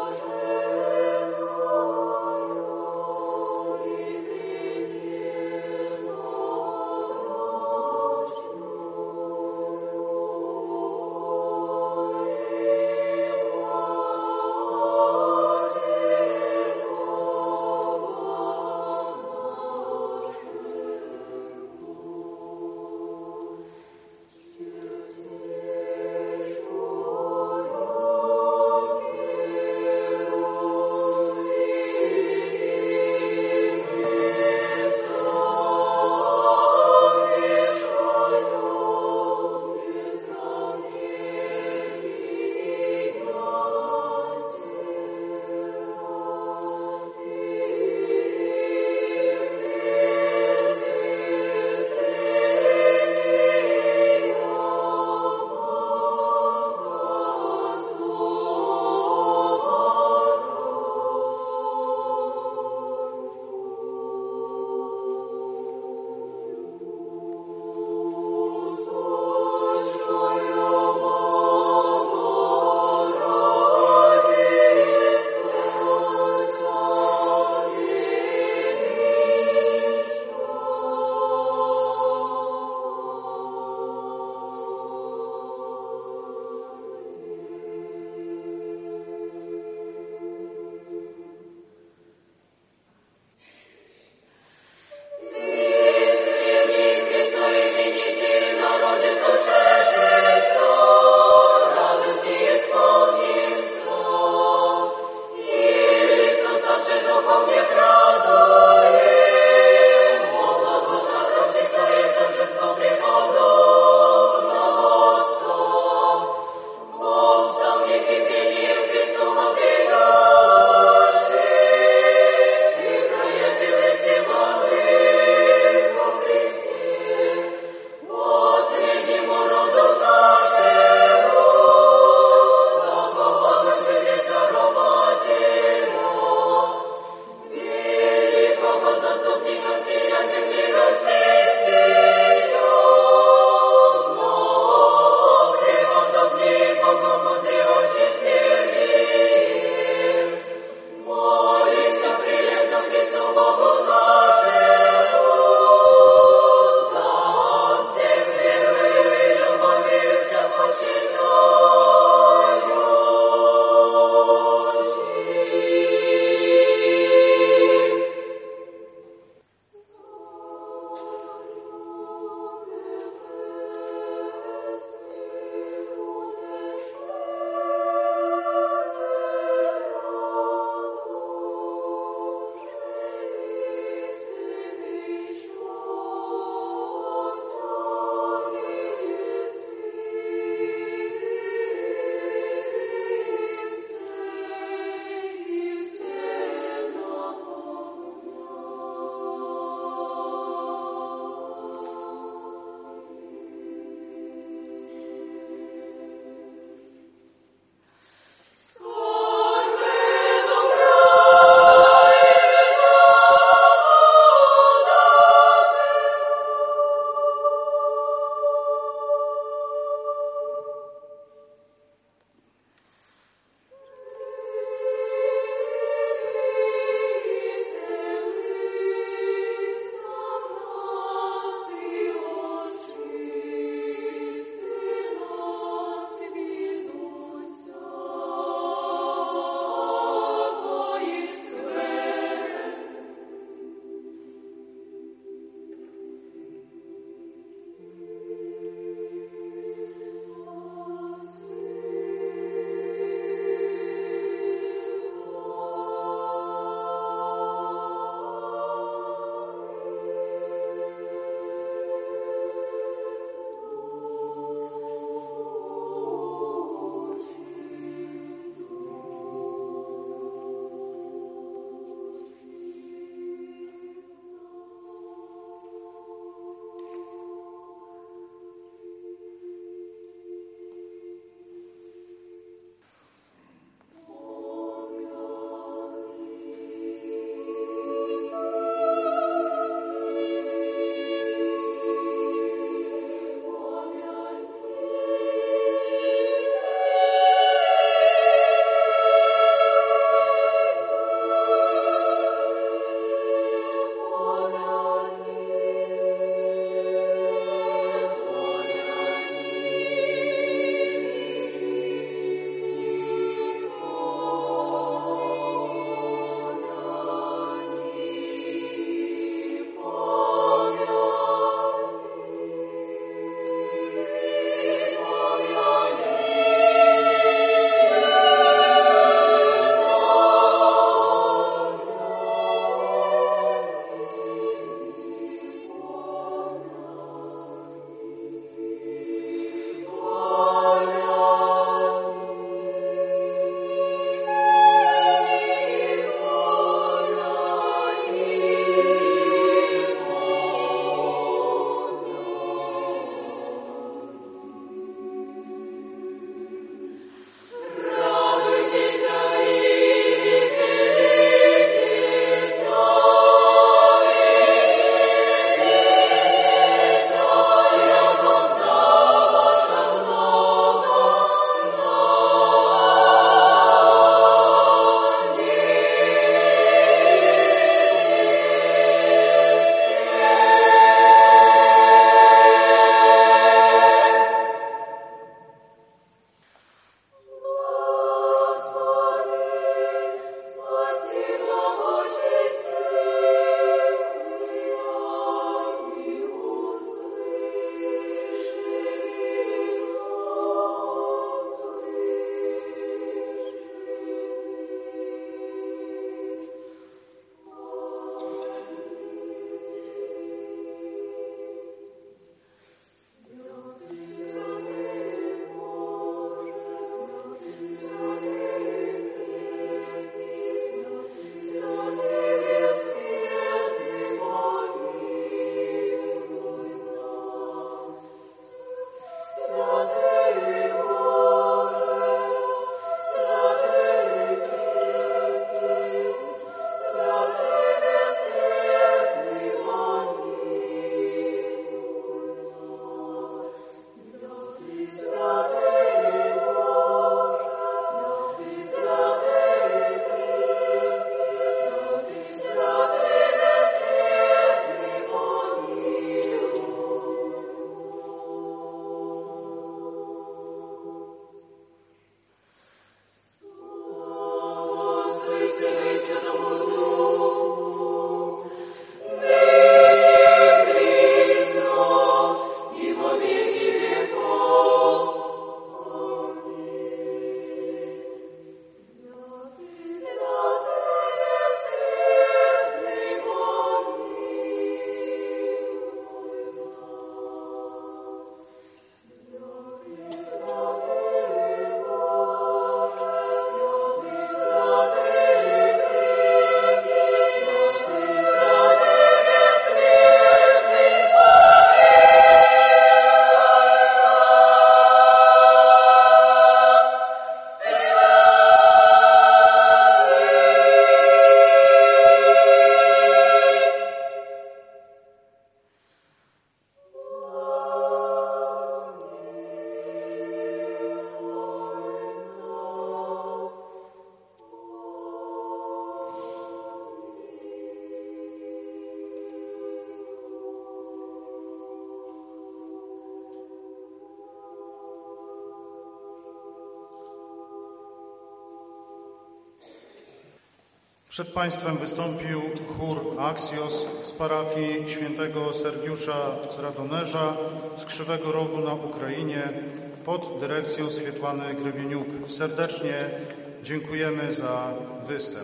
Przed Państwem wystąpił chór Axios z parafii świętego Sergiusza z Radonerza z Krzywego Rogu na Ukrainie pod dyrekcją Swietłany Grywieniuk. Serdecznie dziękujemy za występ.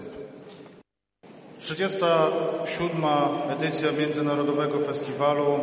trzydziesta siódma edycja Międzynarodowego Festiwalu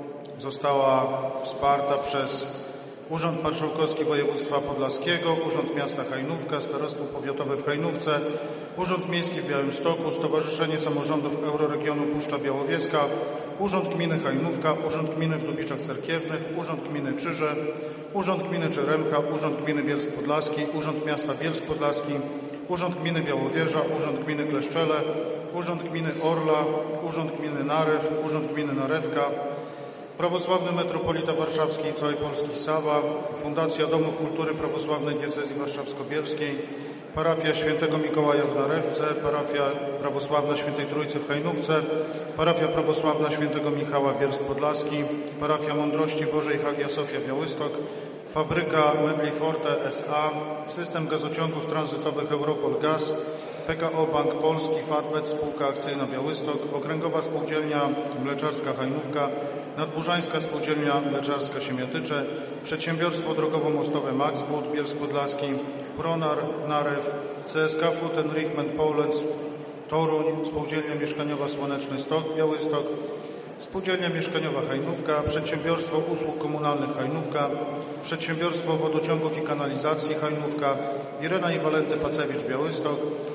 została wsparta przez Urząd Marszałkowski Województwa Podlaskiego, Urząd Miasta Hajnówka, Starostwo Powiatowe w Hajnówce, Urząd Miejski w Białymstoku, Stowarzyszenie Samorządów Euroregionu Puszcza Białowieska, Urząd Gminy Hajnówka, Urząd Gminy w Lubiczach Cerkiewnych, Urząd Gminy Czyże, Urząd Gminy Czeremcha, Urząd Gminy Bielsk Podlaski, Urząd Miasta Bielsk Podlaski, Urząd Gminy Białowieża, Urząd Gminy Kleszczele, Urząd Gminy Orla, Urząd Gminy Narew, Urząd Gminy Narewka, Prawosławny Metropolita Warszawski i całej Polski Sawa, Fundacja Domów Kultury Prawosławnej Diecezji Warszawsko-Bielskiej, Parafia Świętego Mikołaja w Narewce, Parafia Prawosławna Świętej Trójcy w Hajnówce, Parafia Prawosławna Świętego Michała Bielsk Podlaski, Parafia Mądrości Bożej Hagia Sofia Białystok, Fabryka Mebli Forte S A, System Gazociągów Tranzytowych Europol Gaz, P K O Bank Polski, Fatbet, Spółka Akcyjna Białystok, Okręgowa Spółdzielnia Mleczarska Hajnówka, Nadburzańska Spółdzielnia Mleczarska Siemiatycze, Przedsiębiorstwo Drogowo-Mostowe Maxbud Bielsk Podlaski, Pronar Narew, C S K Food and Enrichment Poland Toruń, Spółdzielnia Mieszkaniowa Słoneczny Stok Białystok, Spółdzielnia Mieszkaniowa Hajnówka, Przedsiębiorstwo Usług Komunalnych Hajnówka, Przedsiębiorstwo Wodociągów i Kanalizacji Hajnówka, Irena i Walenty Pacewicz Białystok,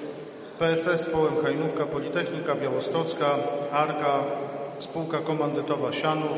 P S S Połem Hajnówka, Politechnika Białostocka, Arka, Spółka Komandytowa Sianów,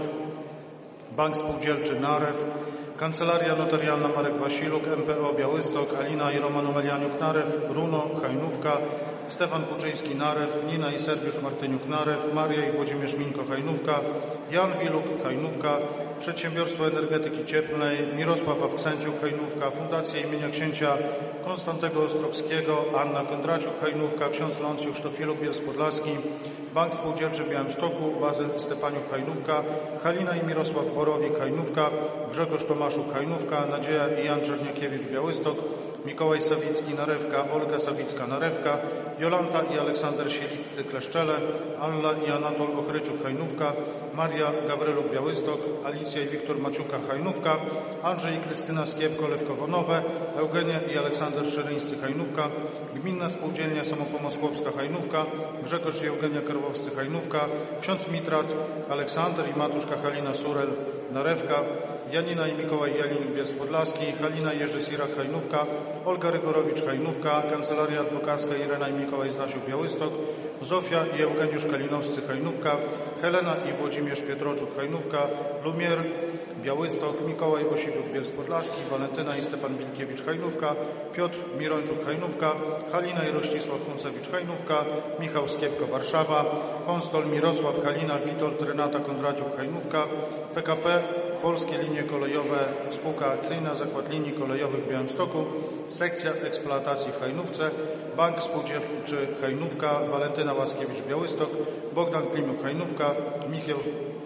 Bank Spółdzielczy Narew, Kancelaria Notarialna Marek Wasiluk, M P O Białystok, Alina i Roman Omelianiuk Narew, Runo Hajnówka, Stefan Kuczyński Narew, Nina i Sergiusz Martyniuk Narew, Maria i Włodzimierz Mińko Hajnówka, Jan Wiluk Hajnówka, Przedsiębiorstwo Energetyki Cieplnej, Mirosław Awksenciuk Hajnówka, Fundacja imienia księcia Konstantego Ostrowskiego, Anna Kondraciuk Hajnówka, ksiądz Leoncjusz Tofiluk Bielsk Podlaski, Bank Spółdzielczy w Białymstoku, Bazyl Stepaniuk Hajnówka, Halina i Mirosław Borowik Hajnówka, Grzegorz Tomaszuk Hajnówka, Nadzieja i Jan Czerniakiewicz Białystok, Mikołaj Sawicki Narewka, Olga Sawicka Narewka, Jolanta i Aleksander Sieliccy Kleszczele, Alla i Anatol Ochryciuk Hajnówka, Maria Gawryluk Białystok, Alicja i Wiktor Maciuka Hajnówka, Andrzej i Krystyna Skiepko Lewkowo-Nowe, Eugenia i Aleksander Szyryńscy Hajnówka, Gminna Spółdzielnia Samopomoc Chłopska Hajnówka, Grzegorz i Eugenia Karłowscy Hajnówka, ksiądz Mitrat, Aleksander i Matuszka Halina Surel Narewka, Janina i Mikołaj Jalinik Bielsk Podlaski, Halina i Jerzy Sirak Hajnówka, Olga Rygorowicz Hajnówka, Kancelaria Adwokacka Irena i Mikołaj Zdasiuk Białystok, Zofia i Eugeniusz Kalinowscy Hajnówka, Helena i Włodzimierz Pietroczuk Hajnówka, Lumier Białystok, Mikołaj Osibiuk Bielsk Podlaski, Walentyna i Stefan Wilkiewicz Hajnówka, Piotr Mirończuk Hajnówka, Halina i Rościsław Kuncewicz Hajnówka, Michał Skiepko Warszawa, Konstol Mirosław Halina, Witold Renata Kondraciuk Hajnówka, P K P Polskie Linie Kolejowe, Spółka Akcyjna, Zakład Linii Kolejowych w Białymstoku, Sekcja Eksploatacji w Hajnówce, Bank Spółdzielczy Hajnówka, Walentyna Łaskiewicz Białystok, Bogdan Klimuk Hajnówka, Michał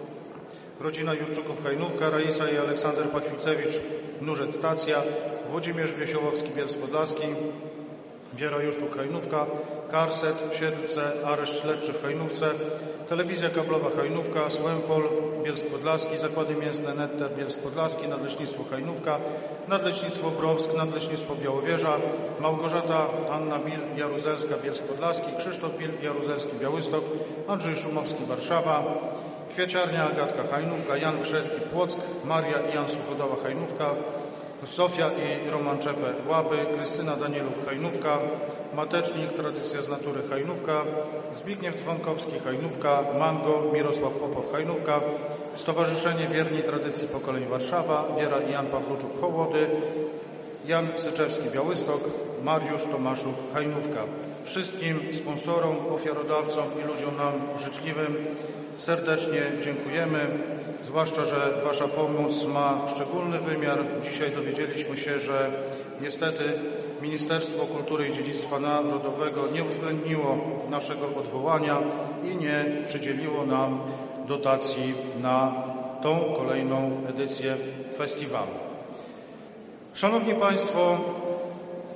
Rodzina Jurczuków Hajnówka, Raisa i Aleksander Patwicewicz Nurzec Stacja, Włodzimierz Wiesiołowski Bielsk Podlaski, Wiera Juszczuk Hajnówka, Karset, Siedlce, Areszt Śledczy w Hajnówce, Telewizja Kablowa Hajnówka, Słępol, Bielsk Podlaski, Zakłady Mięsne Netter, Bielsk Podlaski, Nadleśnictwo Hajnówka, Nadleśnictwo Browsk, Nadleśnictwo Białowieża, Małgorzata Anna Bil Jaruzelska, Bielsk Podlaski, Krzysztof Bil Jaruzelski, Białystok, Andrzej Szumowski, Warszawa, Kwieciarnia Agatka Hajnówka, Jan Krzeski, Płock, Maria i Jan Suchodała Hajnówka, Zofia i Roman Czepę Łaby, Krystyna Danieluk Hajnówka, Matecznik Tradycja z Natury Hajnówka, Zbigniew Dzwonkowski Hajnówka, Mango Mirosław Popow Hajnówka, Stowarzyszenie Wierni Tradycji Pokoleń Warszawa, Wiera i Jan Pawluczuk Hołody, Jan Syczewski Białystok, Mariusz Tomaszuk Hajnówka. Wszystkim sponsorom, ofiarodawcom i ludziom nam życzliwym serdecznie dziękujemy, zwłaszcza, że Wasza pomoc ma szczególny wymiar. Dzisiaj dowiedzieliśmy się, że niestety Ministerstwo Kultury i Dziedzictwa Narodowego nie uwzględniło naszego odwołania i nie przydzieliło nam dotacji na tą kolejną edycję festiwalu. Szanowni Państwo,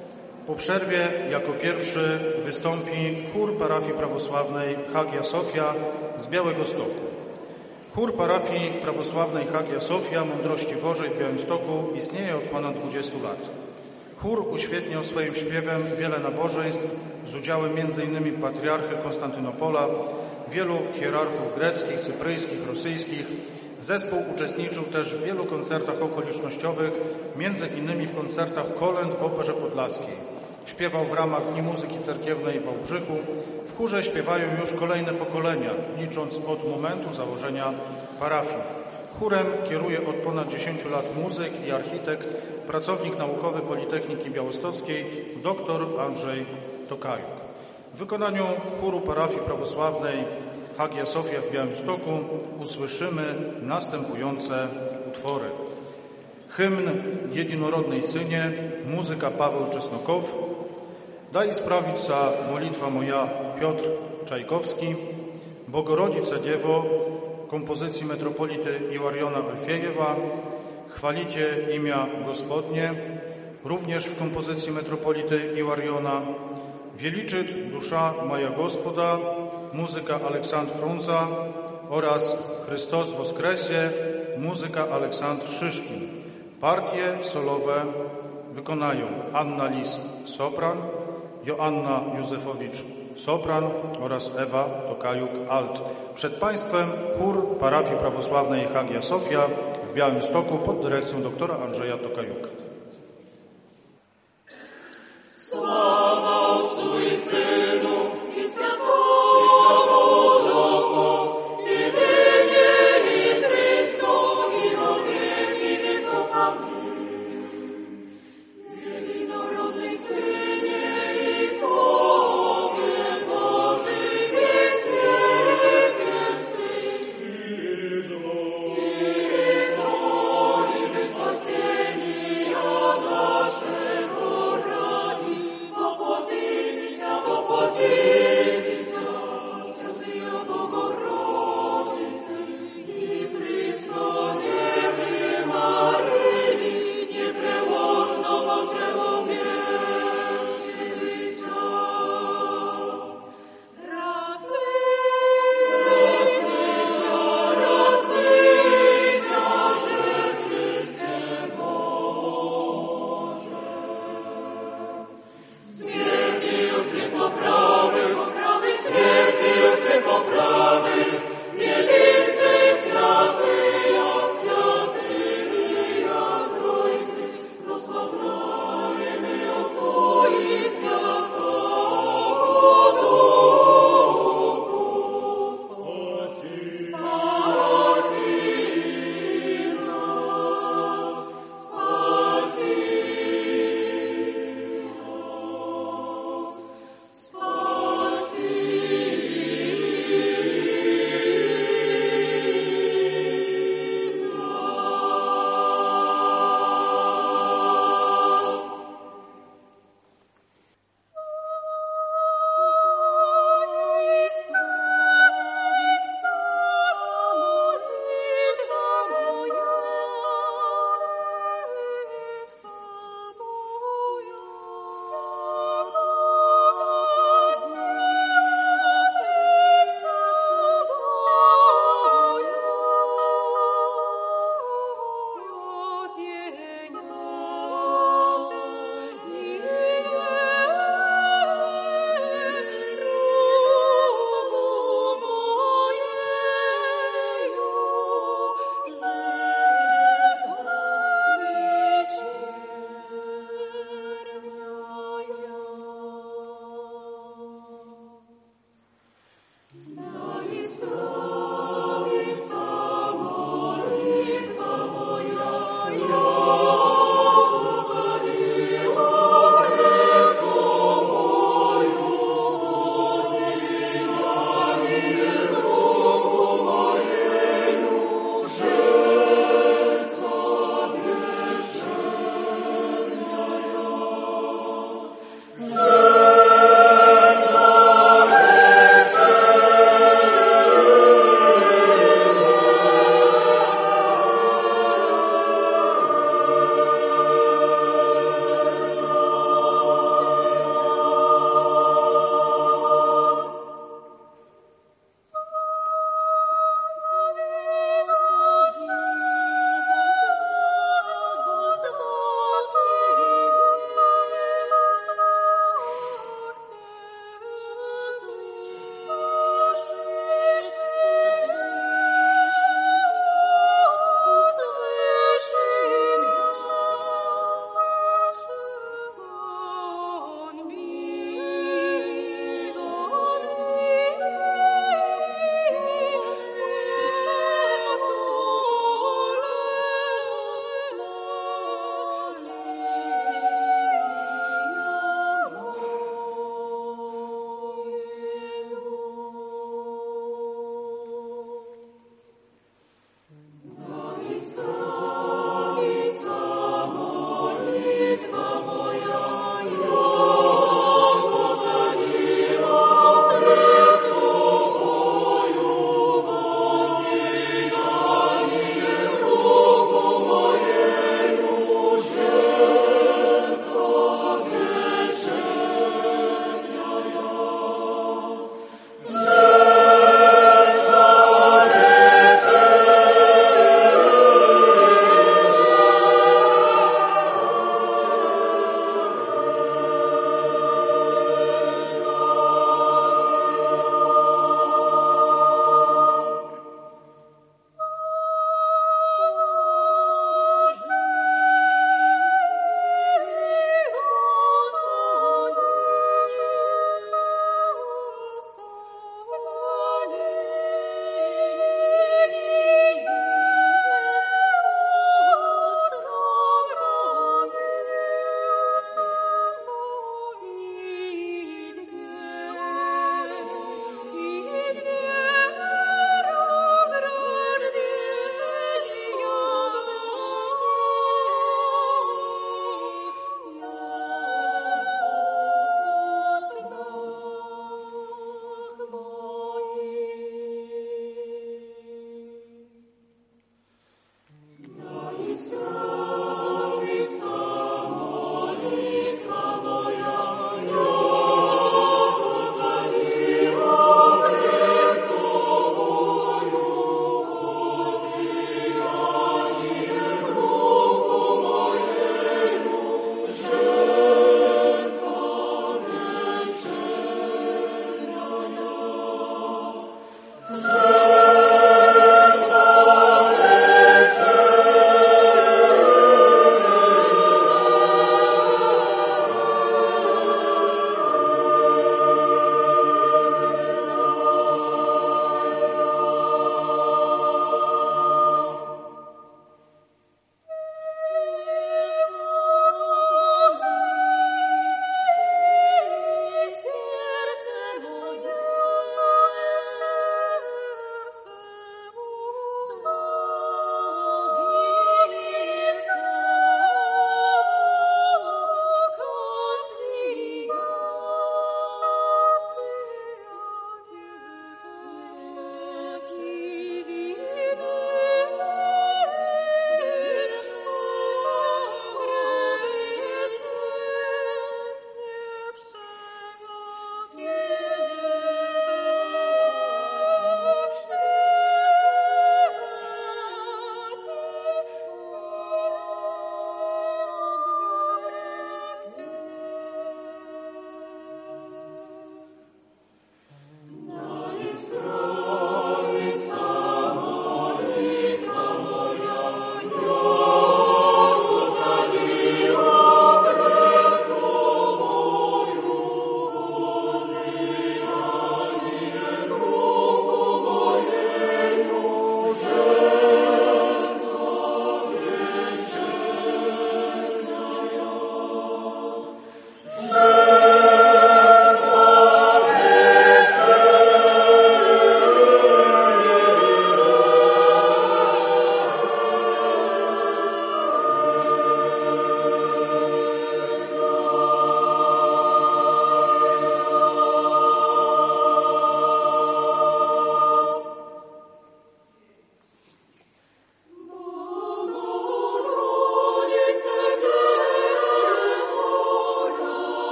Po przerwie jako pierwszy wystąpi chór parafii prawosławnej Hagia Sofia z Białegostoku. Chór parafii prawosławnej Hagia Sofia Mądrości Bożej w Białymstoku istnieje od ponad dwudziestu lat. Chór uświetniał swoim śpiewem wiele nabożeństw z udziałem między innymi patriarchy Konstantynopola, wielu hierarchów greckich, cypryjskich, rosyjskich. Zespół uczestniczył też w wielu koncertach okolicznościowych, między innymi w koncertach kolęd w Operze Podlaskiej. Śpiewał w ramach Dni Muzyki Cerkiewnej w Wałbrzychu. W chórze śpiewają już kolejne pokolenia, licząc od momentu założenia parafii. Chórem kieruje od ponad dziesięciu lat muzyk i architekt, pracownik naukowy Politechniki Białostockiej, dr Andrzej Tokajuk. W wykonaniu chóru parafii prawosławnej Hagia Sofia w Białymstoku usłyszymy następujące utwory. Hymn Jedinorodnej Synie, muzyka Paweł Czesnokow, Daj sprawica molitwa moja Piotr Czajkowski, Bogorodice Dziewo, kompozycji metropolity Iłariona Alfiejewa, Chwalicie imię Gospodnie, również w kompozycji metropolity Iłariona, Wieliczyć dusza moja Gospoda, muzyka Aleksandr Frunza oraz Chrystus Woskresie, muzyka Aleksandr Szyszkin. Partie solowe wykonają Anna Lis sopran, Joanna Józefowicz sopran oraz Ewa Tokajuk alt. Przed Państwem chór parafii prawosławnej Hagia Sofia w Białymstoku pod dyrekcją doktora Andrzeja Tokajuka. Spasieni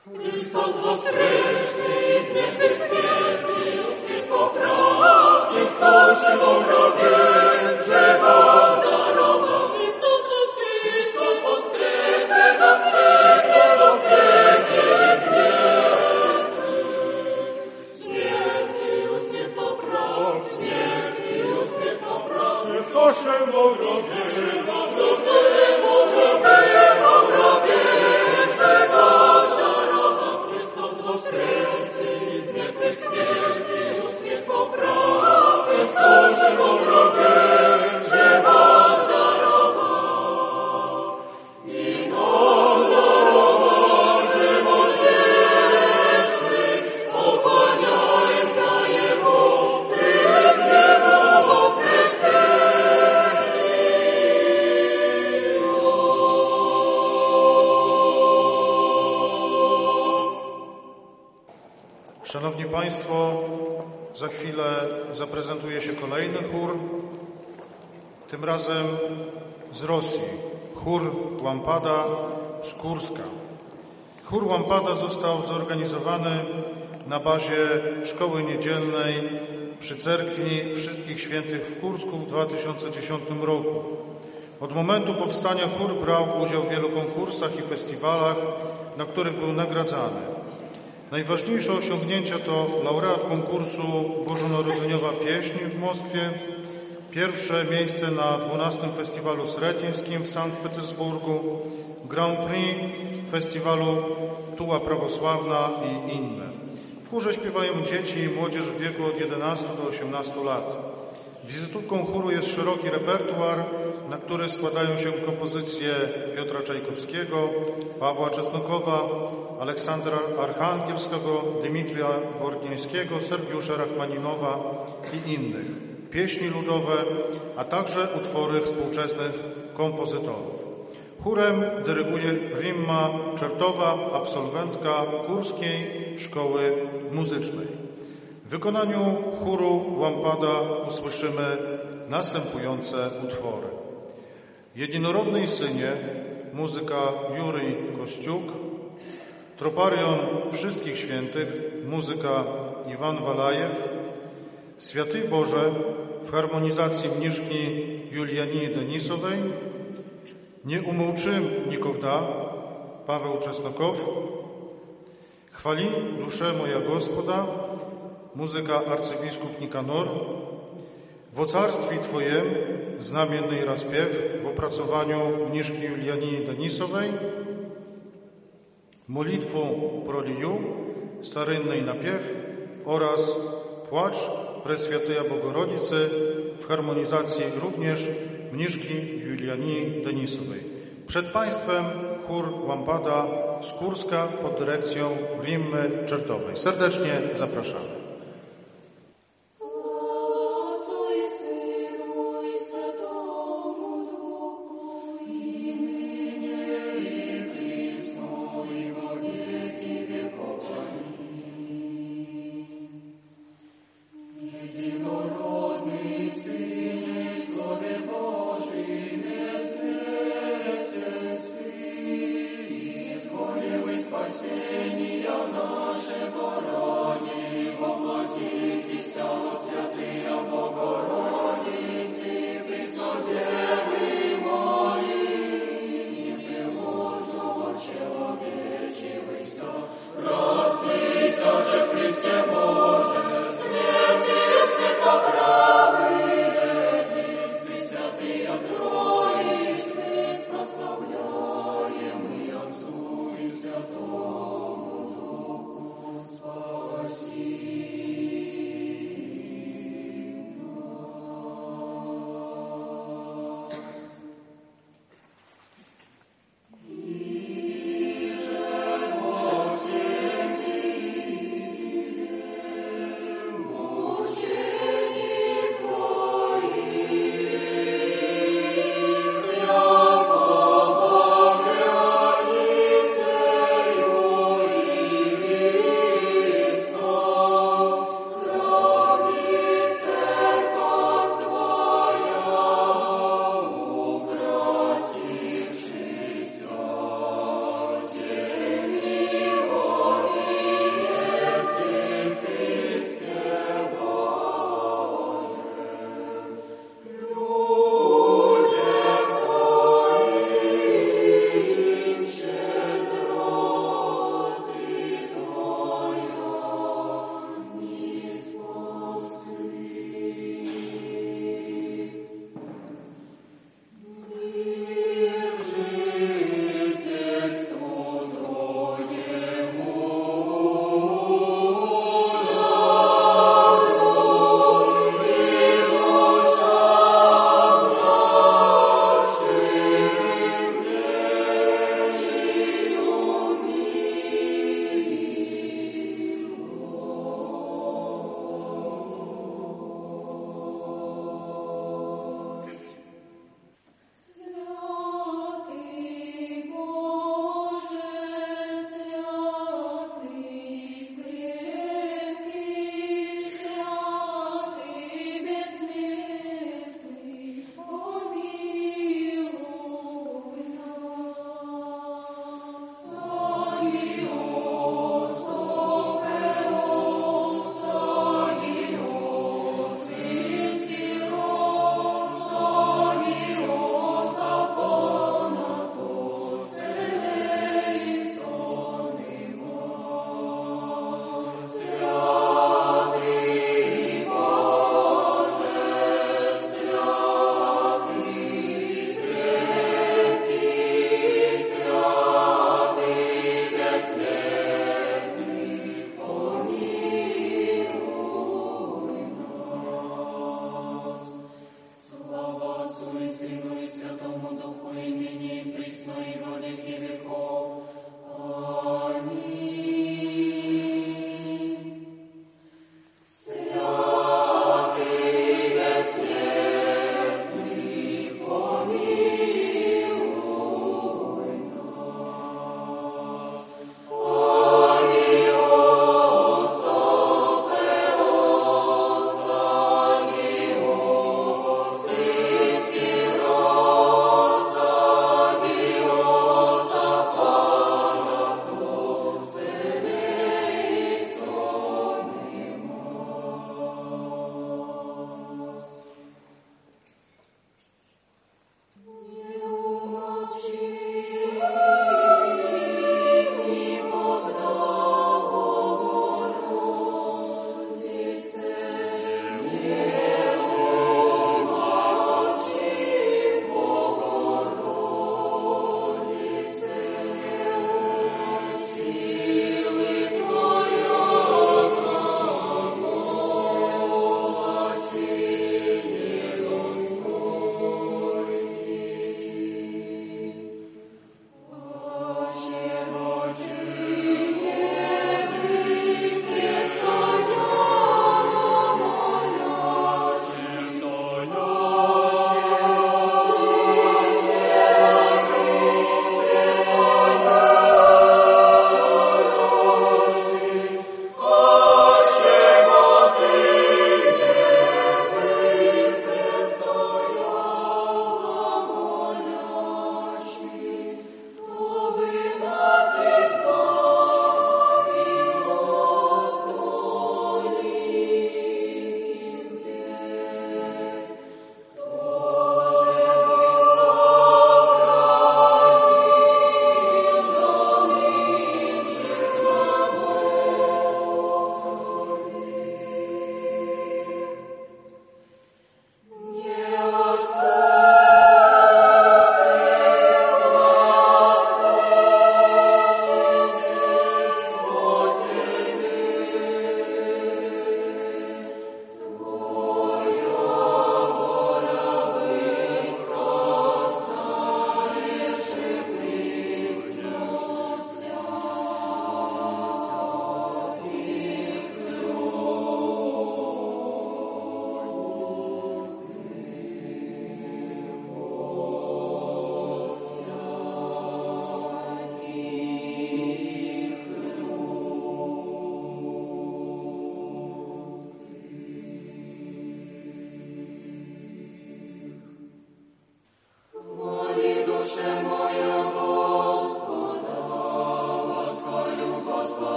Chrystus woskresie i z niebie stwierdził swój popraw, Chrystusie ogrodzie, że Wam darował. Chrystus woskresie, woskresie, woskresie, woskresie i śmierci. Śmierci już nie popraw, śmierci już nie popraw. Chrystusie ogrodzie, Chrystusie ogrodzie, ogrodzie, że Wam darował. Chrystus woskresie i z niebie stwierdził już nie popraw, Chrystusie ogrodzie, że Wam darował. I nam darował żywot wieczny, pochłaniając Jego tryb Jego woskresenia. Szanowni Państwo, za chwilę zaprezentuje się kolejny chór, tym razem z Rosji. Chór Lampada z Kurska. Chór Lampada został zorganizowany na bazie Szkoły Niedzielnej przy Cerkwi Wszystkich Świętych w Kursku w dwa tysiące dziesiątym roku. Od momentu powstania chór brał udział w wielu konkursach i festiwalach, na których był nagradzany. Najważniejsze osiągnięcia to laureat konkursu Bożonarodzeniowa Pieśń w Moskwie, pierwsze miejsce na dwunastym Festiwalu Sretyńskim w Sankt Petersburgu, Grand Prix Festiwalu Tuła Prawosławna i inne. W chórze śpiewają dzieci i młodzież w wieku od jedenastu do osiemnastu lat. Wizytówką chóru jest szeroki repertuar, na który składają się kompozycje Piotra Czajkowskiego, Pawła Czesnokowa, Aleksandra Archangielskiego, Dmitrija Borgnieńskiego, Sergiusza Rachmaninowa i innych, pieśni ludowe, a także utwory współczesnych kompozytorów. Chórem dyryguje Rimma Czertowa, absolwentka Kurskiej Szkoły Muzycznej. W wykonaniu chóru Lampada usłyszymy następujące utwory. Jednorodnej Synie, muzyka Jurij Kościuk, Troparion Wszystkich Świętych, muzyka Iwan Walajew, Święty Boże w harmonizacji mniszki Julianii Denisowej, Nie umolczym nikogda, Paweł Czesnokow, Chwali duszę moja Gospoda, muzyka arcybiskup Nikanor, W ocarstwie Twojem, znamienny rozpiew w opracowaniu mniszki Julianii Denisowej, Molitwą proliju, starynnej napiew oraz Płacz Preswiętej Bogorodicy w harmonizacji również mniszki Julianii Denisowej. Przed Państwem chór Lampada z Kurska pod dyrekcją Rimmy Czertowej. Serdecznie zapraszamy. Спасения нашего ради,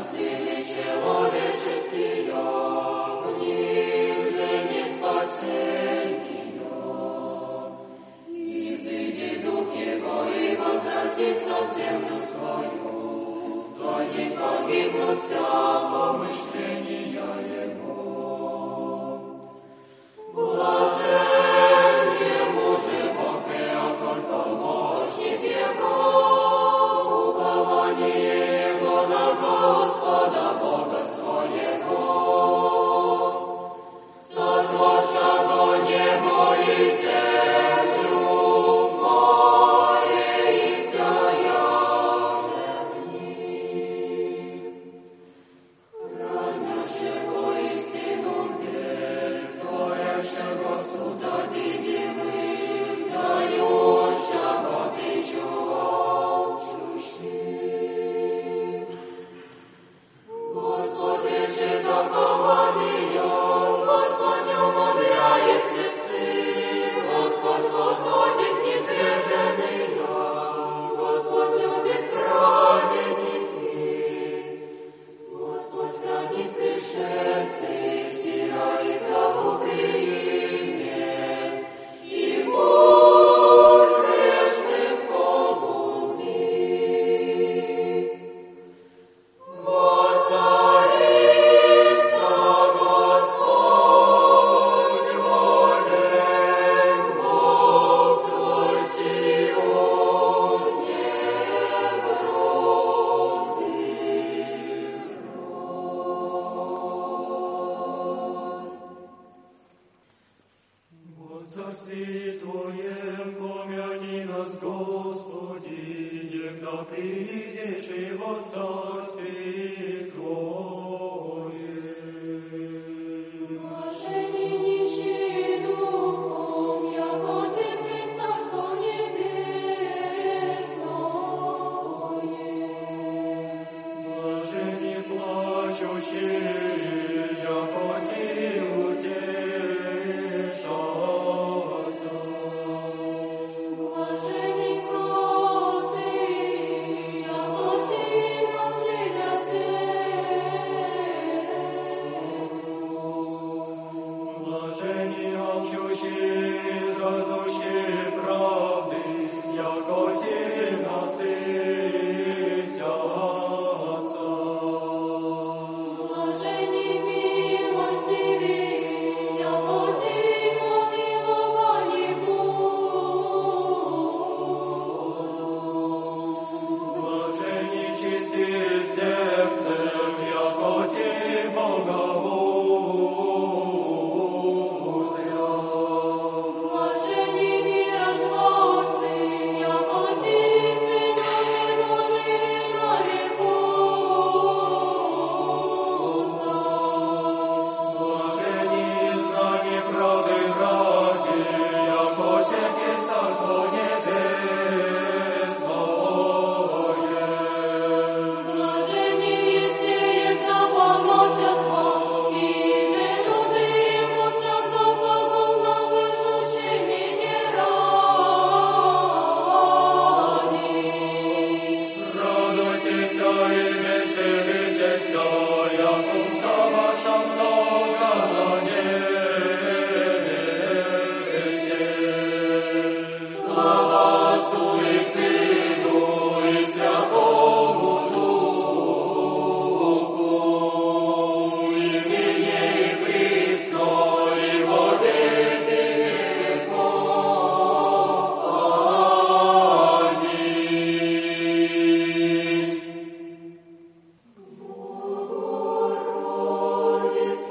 Bóg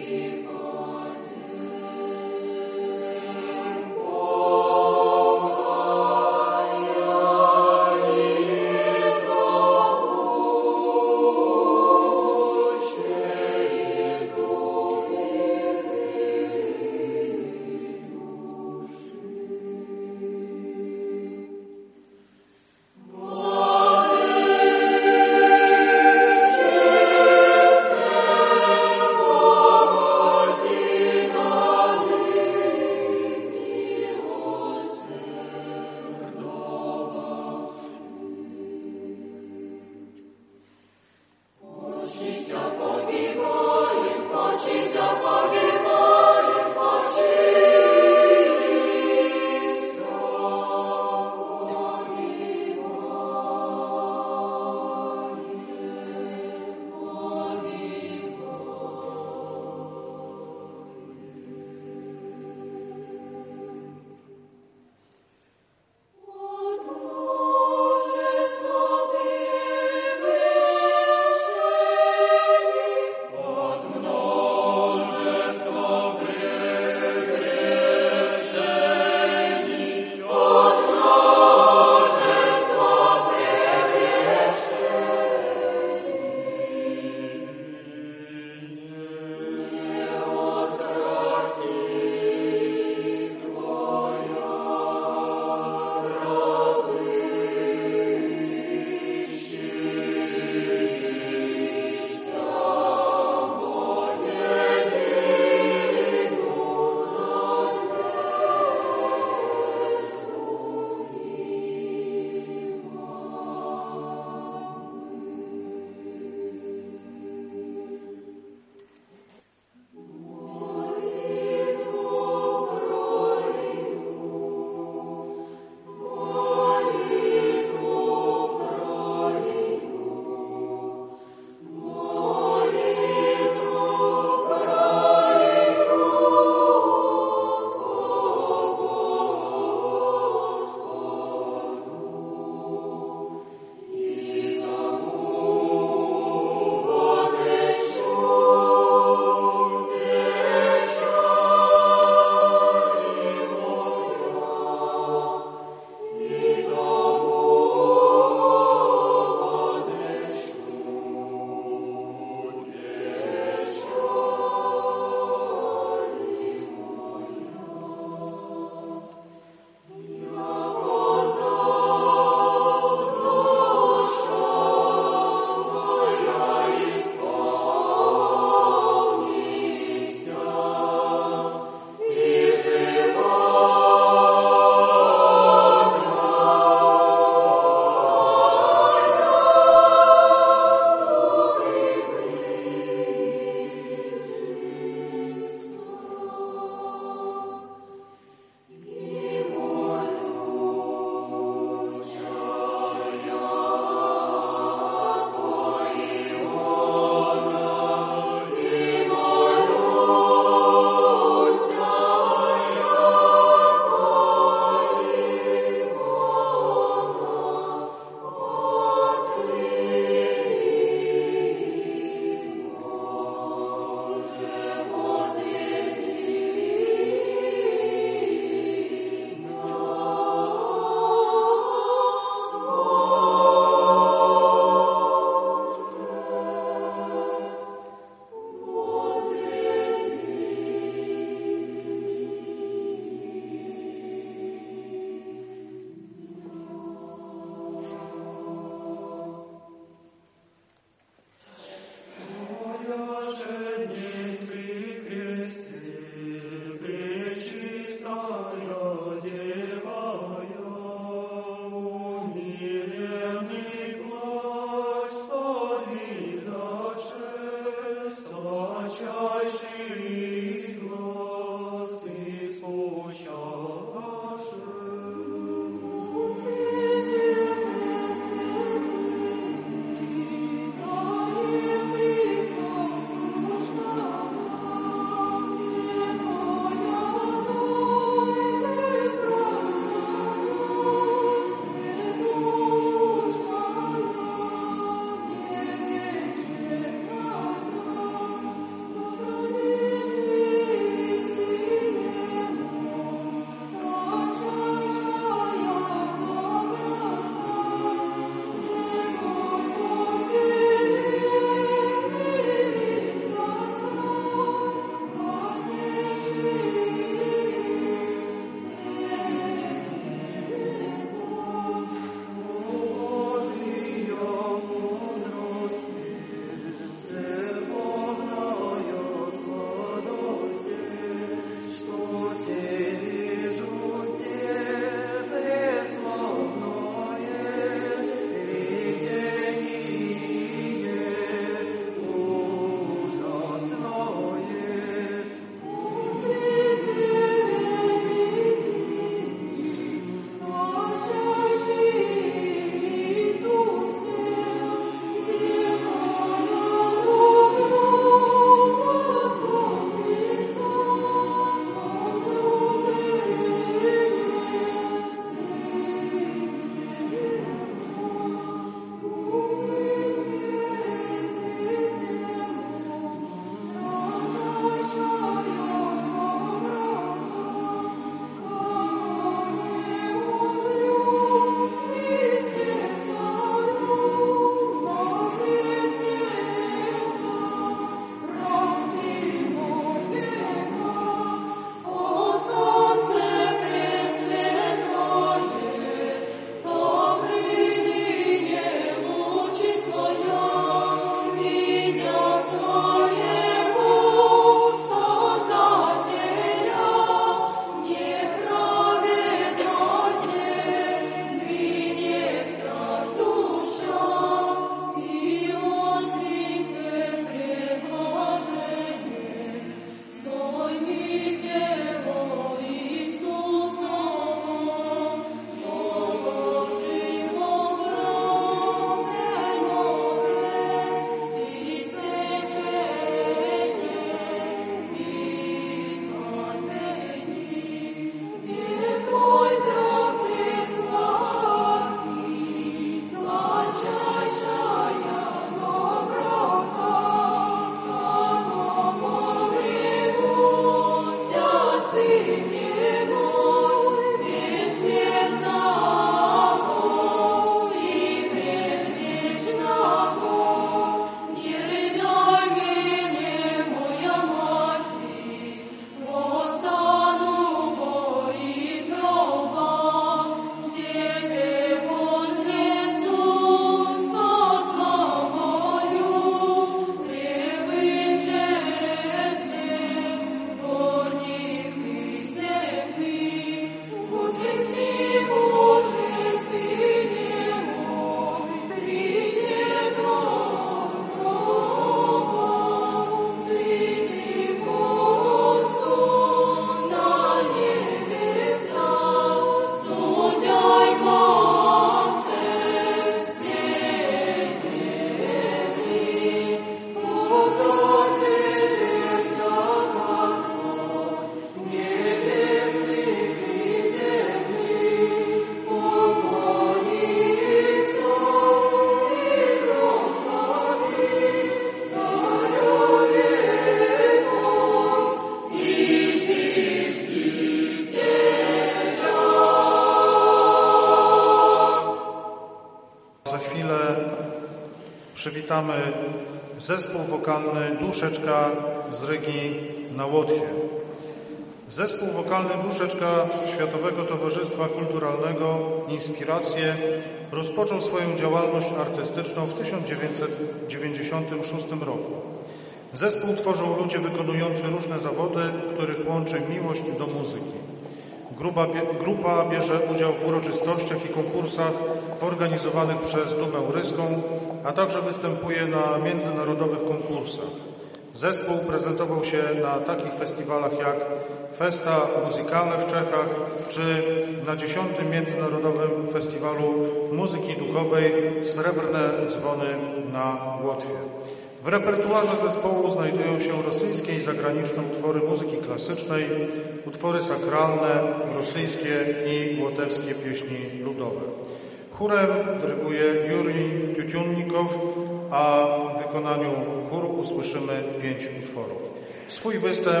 przywitamy zespół wokalny Duszeczka z Rygi na Łotwie. Zespół wokalny Duszeczka Światowego Towarzystwa Kulturalnego Inspiracje rozpoczął swoją działalność artystyczną w tysiąc dziewięćset dziewięćdziesiątym szóstym roku. Zespół tworzą ludzie wykonujący różne zawody, których łączy miłość do muzyki. Grupa, grupa bierze udział w uroczystościach i konkursach organizowanych przez Dumę Ryską, a także występuje na międzynarodowych konkursach. Zespół prezentował się na takich festiwalach jak Festa Musicale w Czechach czy na dziesiątym Międzynarodowym Festiwalu Muzyki Duchowej Srebrne Dzwony na Łotwie. W repertuarze zespołu znajdują się rosyjskie i zagraniczne utwory muzyki klasycznej, utwory sakralne, rosyjskie i łotewskie pieśni ludowe. Chórem dyryguje Jurij Tiutiunnikow, a w wykonaniu chóru usłyszymy pięć utworów. Swój występ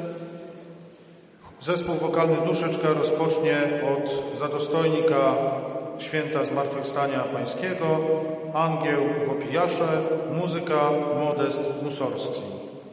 zespół wokalny Duszeczka rozpocznie od zadostojnika Święta Zmartwychwstania Pańskiego, Angieł w opijasze, muzyka Modest Musorski.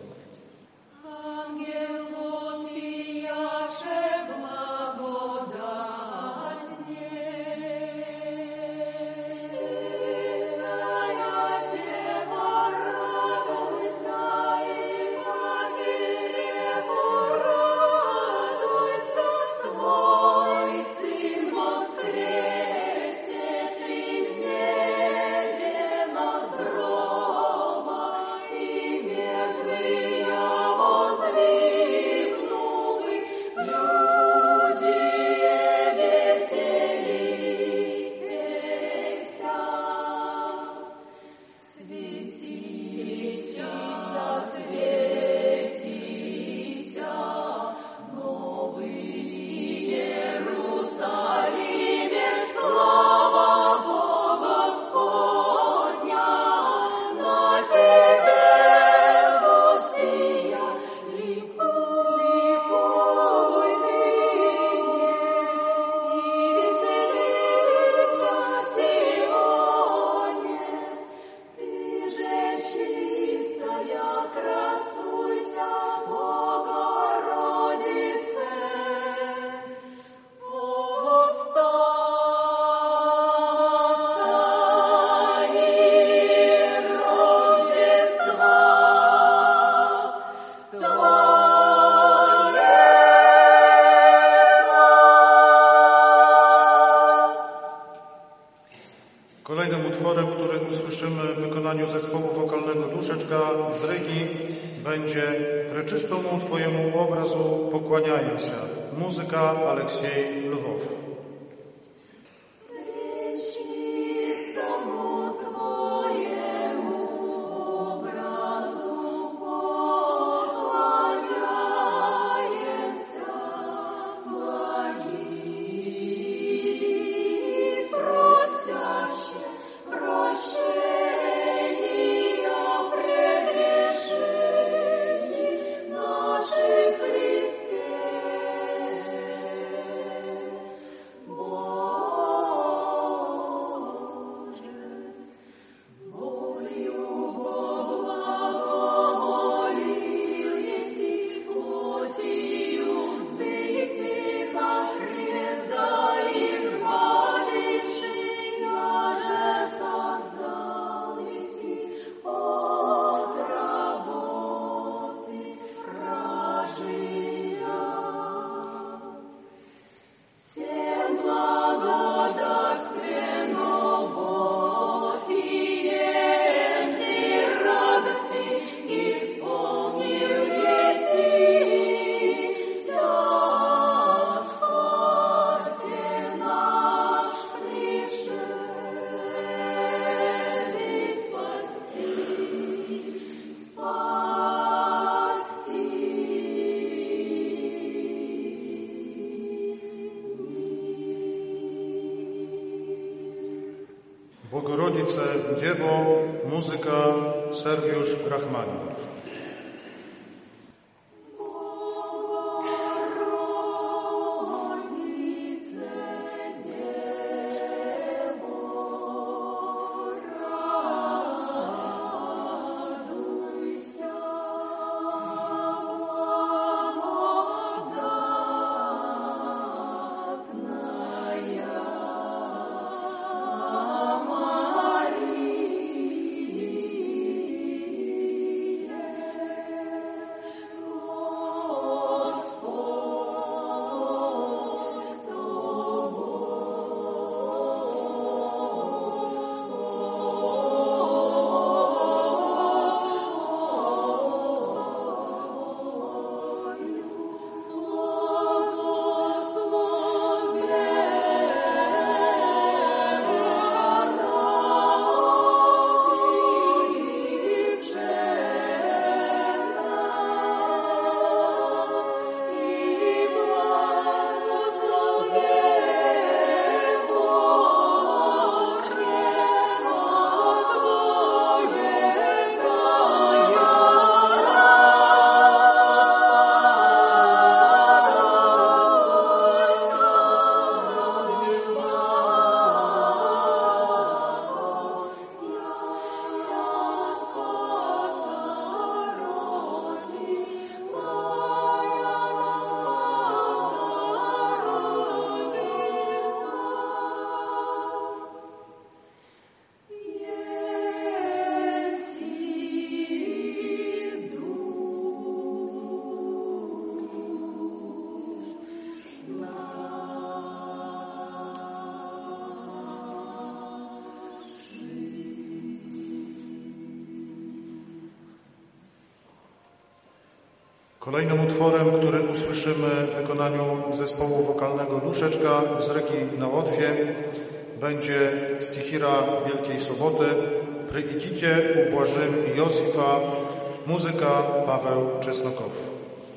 Kolejnym utworem, który usłyszymy w wykonaniu zespołu wokalnego Duszeczka z Rygi, będzie Preczystому Twojemu obrazu pokłaniaję się. Muzyka Aleksiej Lwow. Bogorodice Dziewo, muzyka Sergiusz Rachmaninow. Bogorodice Dziewo, Kolejnym utworem, który usłyszymy w wykonaniu zespołu wokalnego Duszeczka z Rygi na Łotwie, będzie stichira Wielkiej Soboty Pry idzicie ubłażymy Józefa, muzyka Paweł Czesnokow.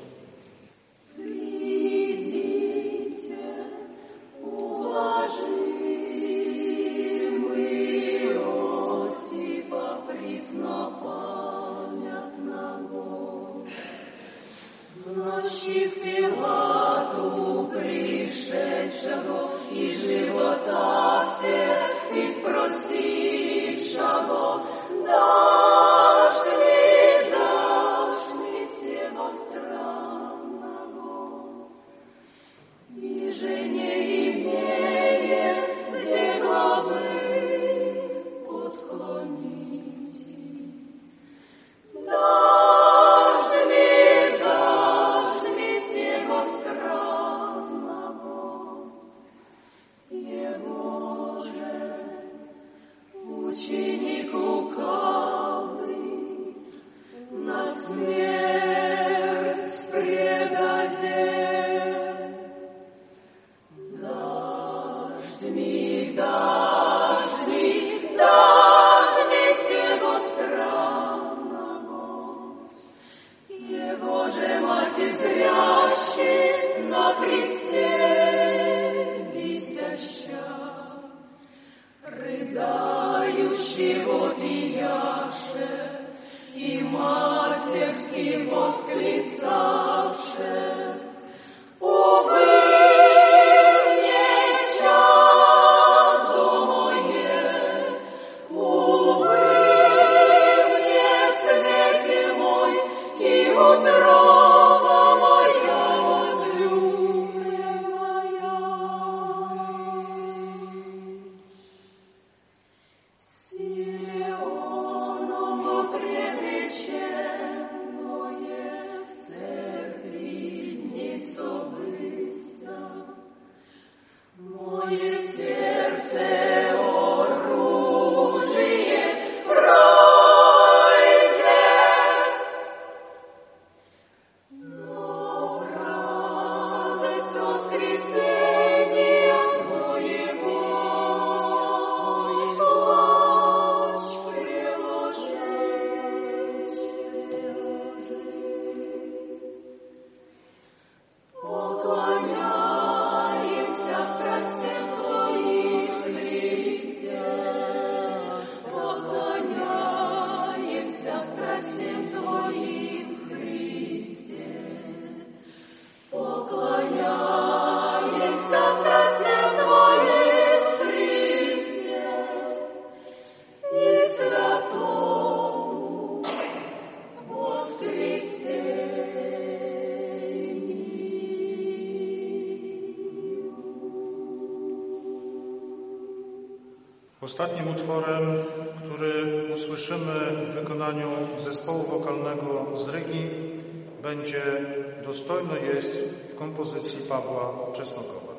Ostatnim utworem, który usłyszymy w wykonaniu zespołu wokalnego z Rygi, będzie Dostojno jest w kompozycji Pawła Czesnokowa.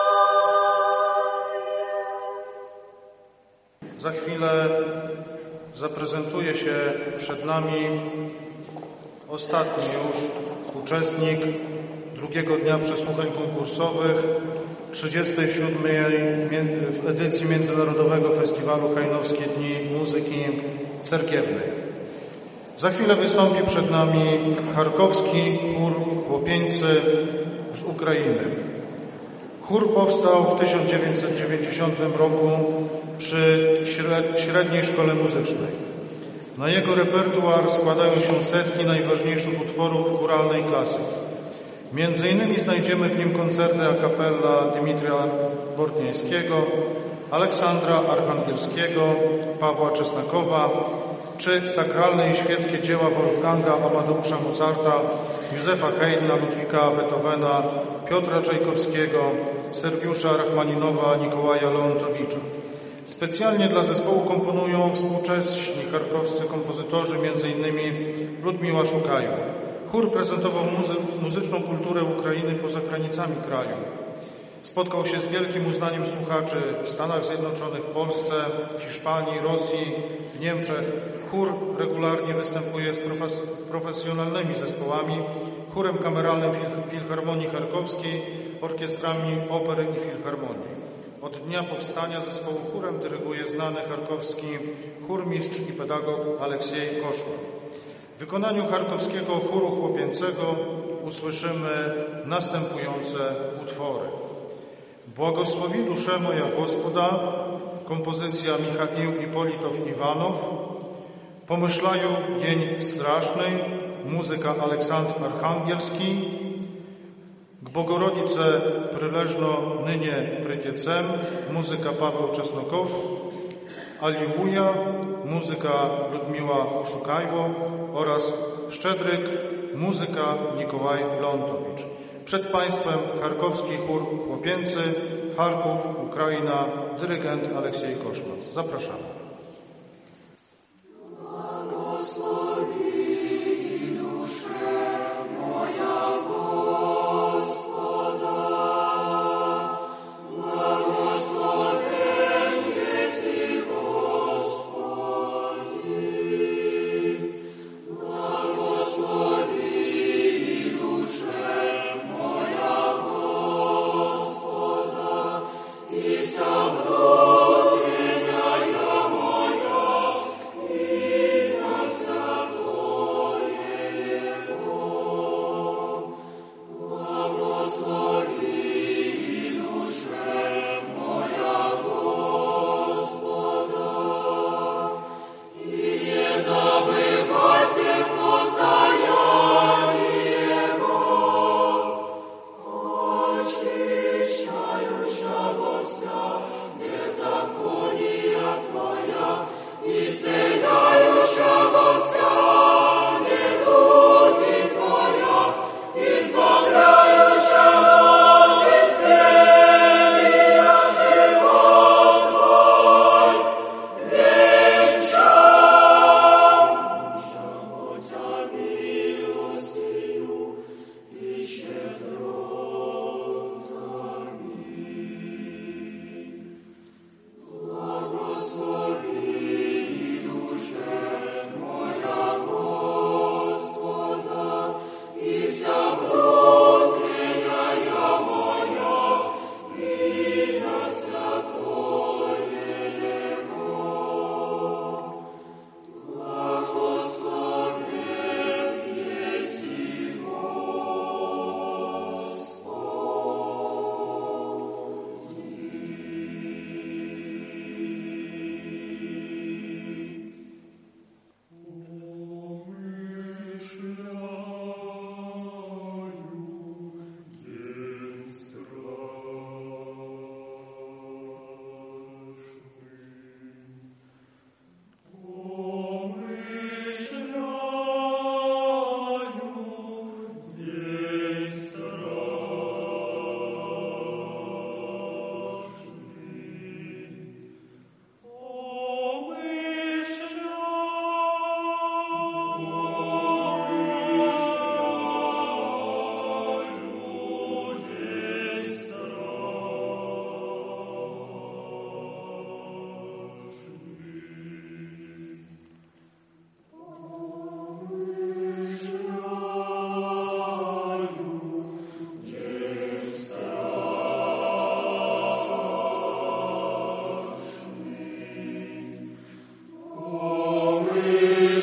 Za chwilę zaprezentuje się przed nami ostatni już uczestnik drugiego dnia przesłuchań konkursowych trzydziestej siódmej edycji Międzynarodowego Festiwalu Hajnowskie Dni Muzyki Cerkiewnej. Za chwilę wystąpi przed nami charkowski chór chłopieńcy z Ukrainy. Chór powstał w tysiąc dziewięćset dziewięćdziesiątym roku przy średniej szkole muzycznej. Na jego repertuar składają się setki najważniejszych utworów chóralnej klasyki. Między innymi znajdziemy w nim koncerty a cappella Dymitra Bortnieńskiego, Aleksandra Archangielskiego, Pawła Czesnakowa, czy sakralne i świeckie dzieła Wolfganga Amadeusza Mozarta, Józefa Haydna, Ludwika Beethovena, Piotra Czajkowskiego, Sergiusza Rachmaninowa, Nikołaja Leontowicza. Specjalnie dla zespołu komponują współcześni charkowscy kompozytorzy, między innymi Ludmiła Szukajło. Chór prezentował muzy- muzyczną kulturę Ukrainy poza granicami kraju. Spotkał się z wielkim uznaniem słuchaczy w Stanach Zjednoczonych, Polsce, Hiszpanii, Rosji, w Niemczech. Chór regularnie występuje z profes- profesjonalnymi zespołami, chórem kameralnym Fil- Filharmonii Charkowskiej, orkiestrami opery i filharmonii. Od dnia powstania zespołu chórem dyryguje znany charkowski chórmistrz i pedagog Aleksiej Koszmar. W wykonaniu charkowskiego chóru chłopięcego usłyszymy następujące utwory. Błogosławi duszę moja Gospoda, kompozycja Michał Ipolitow Iwanow. Pomyślaju dzień straszny, muzyka Aleksandr Archangielski. K Bogorodice przyleżno nynie prytiecem, muzyka Paweł Czesnokow. Aliluja, muzyka Ludmiła Szukajło oraz Szczedryk, muzyka Nikołaj Leontowicz. Przed Państwem charkowski chór chłopięcy, Charków, Ukraina, dyrygent Aleksiej Koszmar. Zapraszamy. Some glory, I am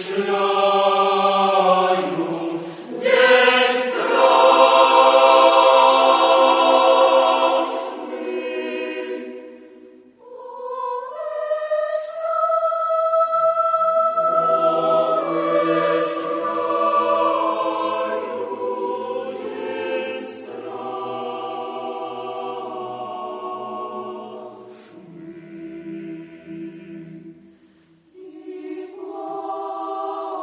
I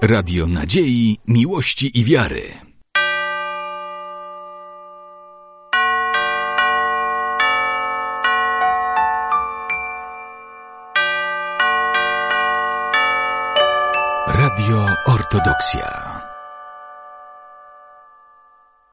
Radio nadziei, miłości i wiary. Radio Ortodoksja.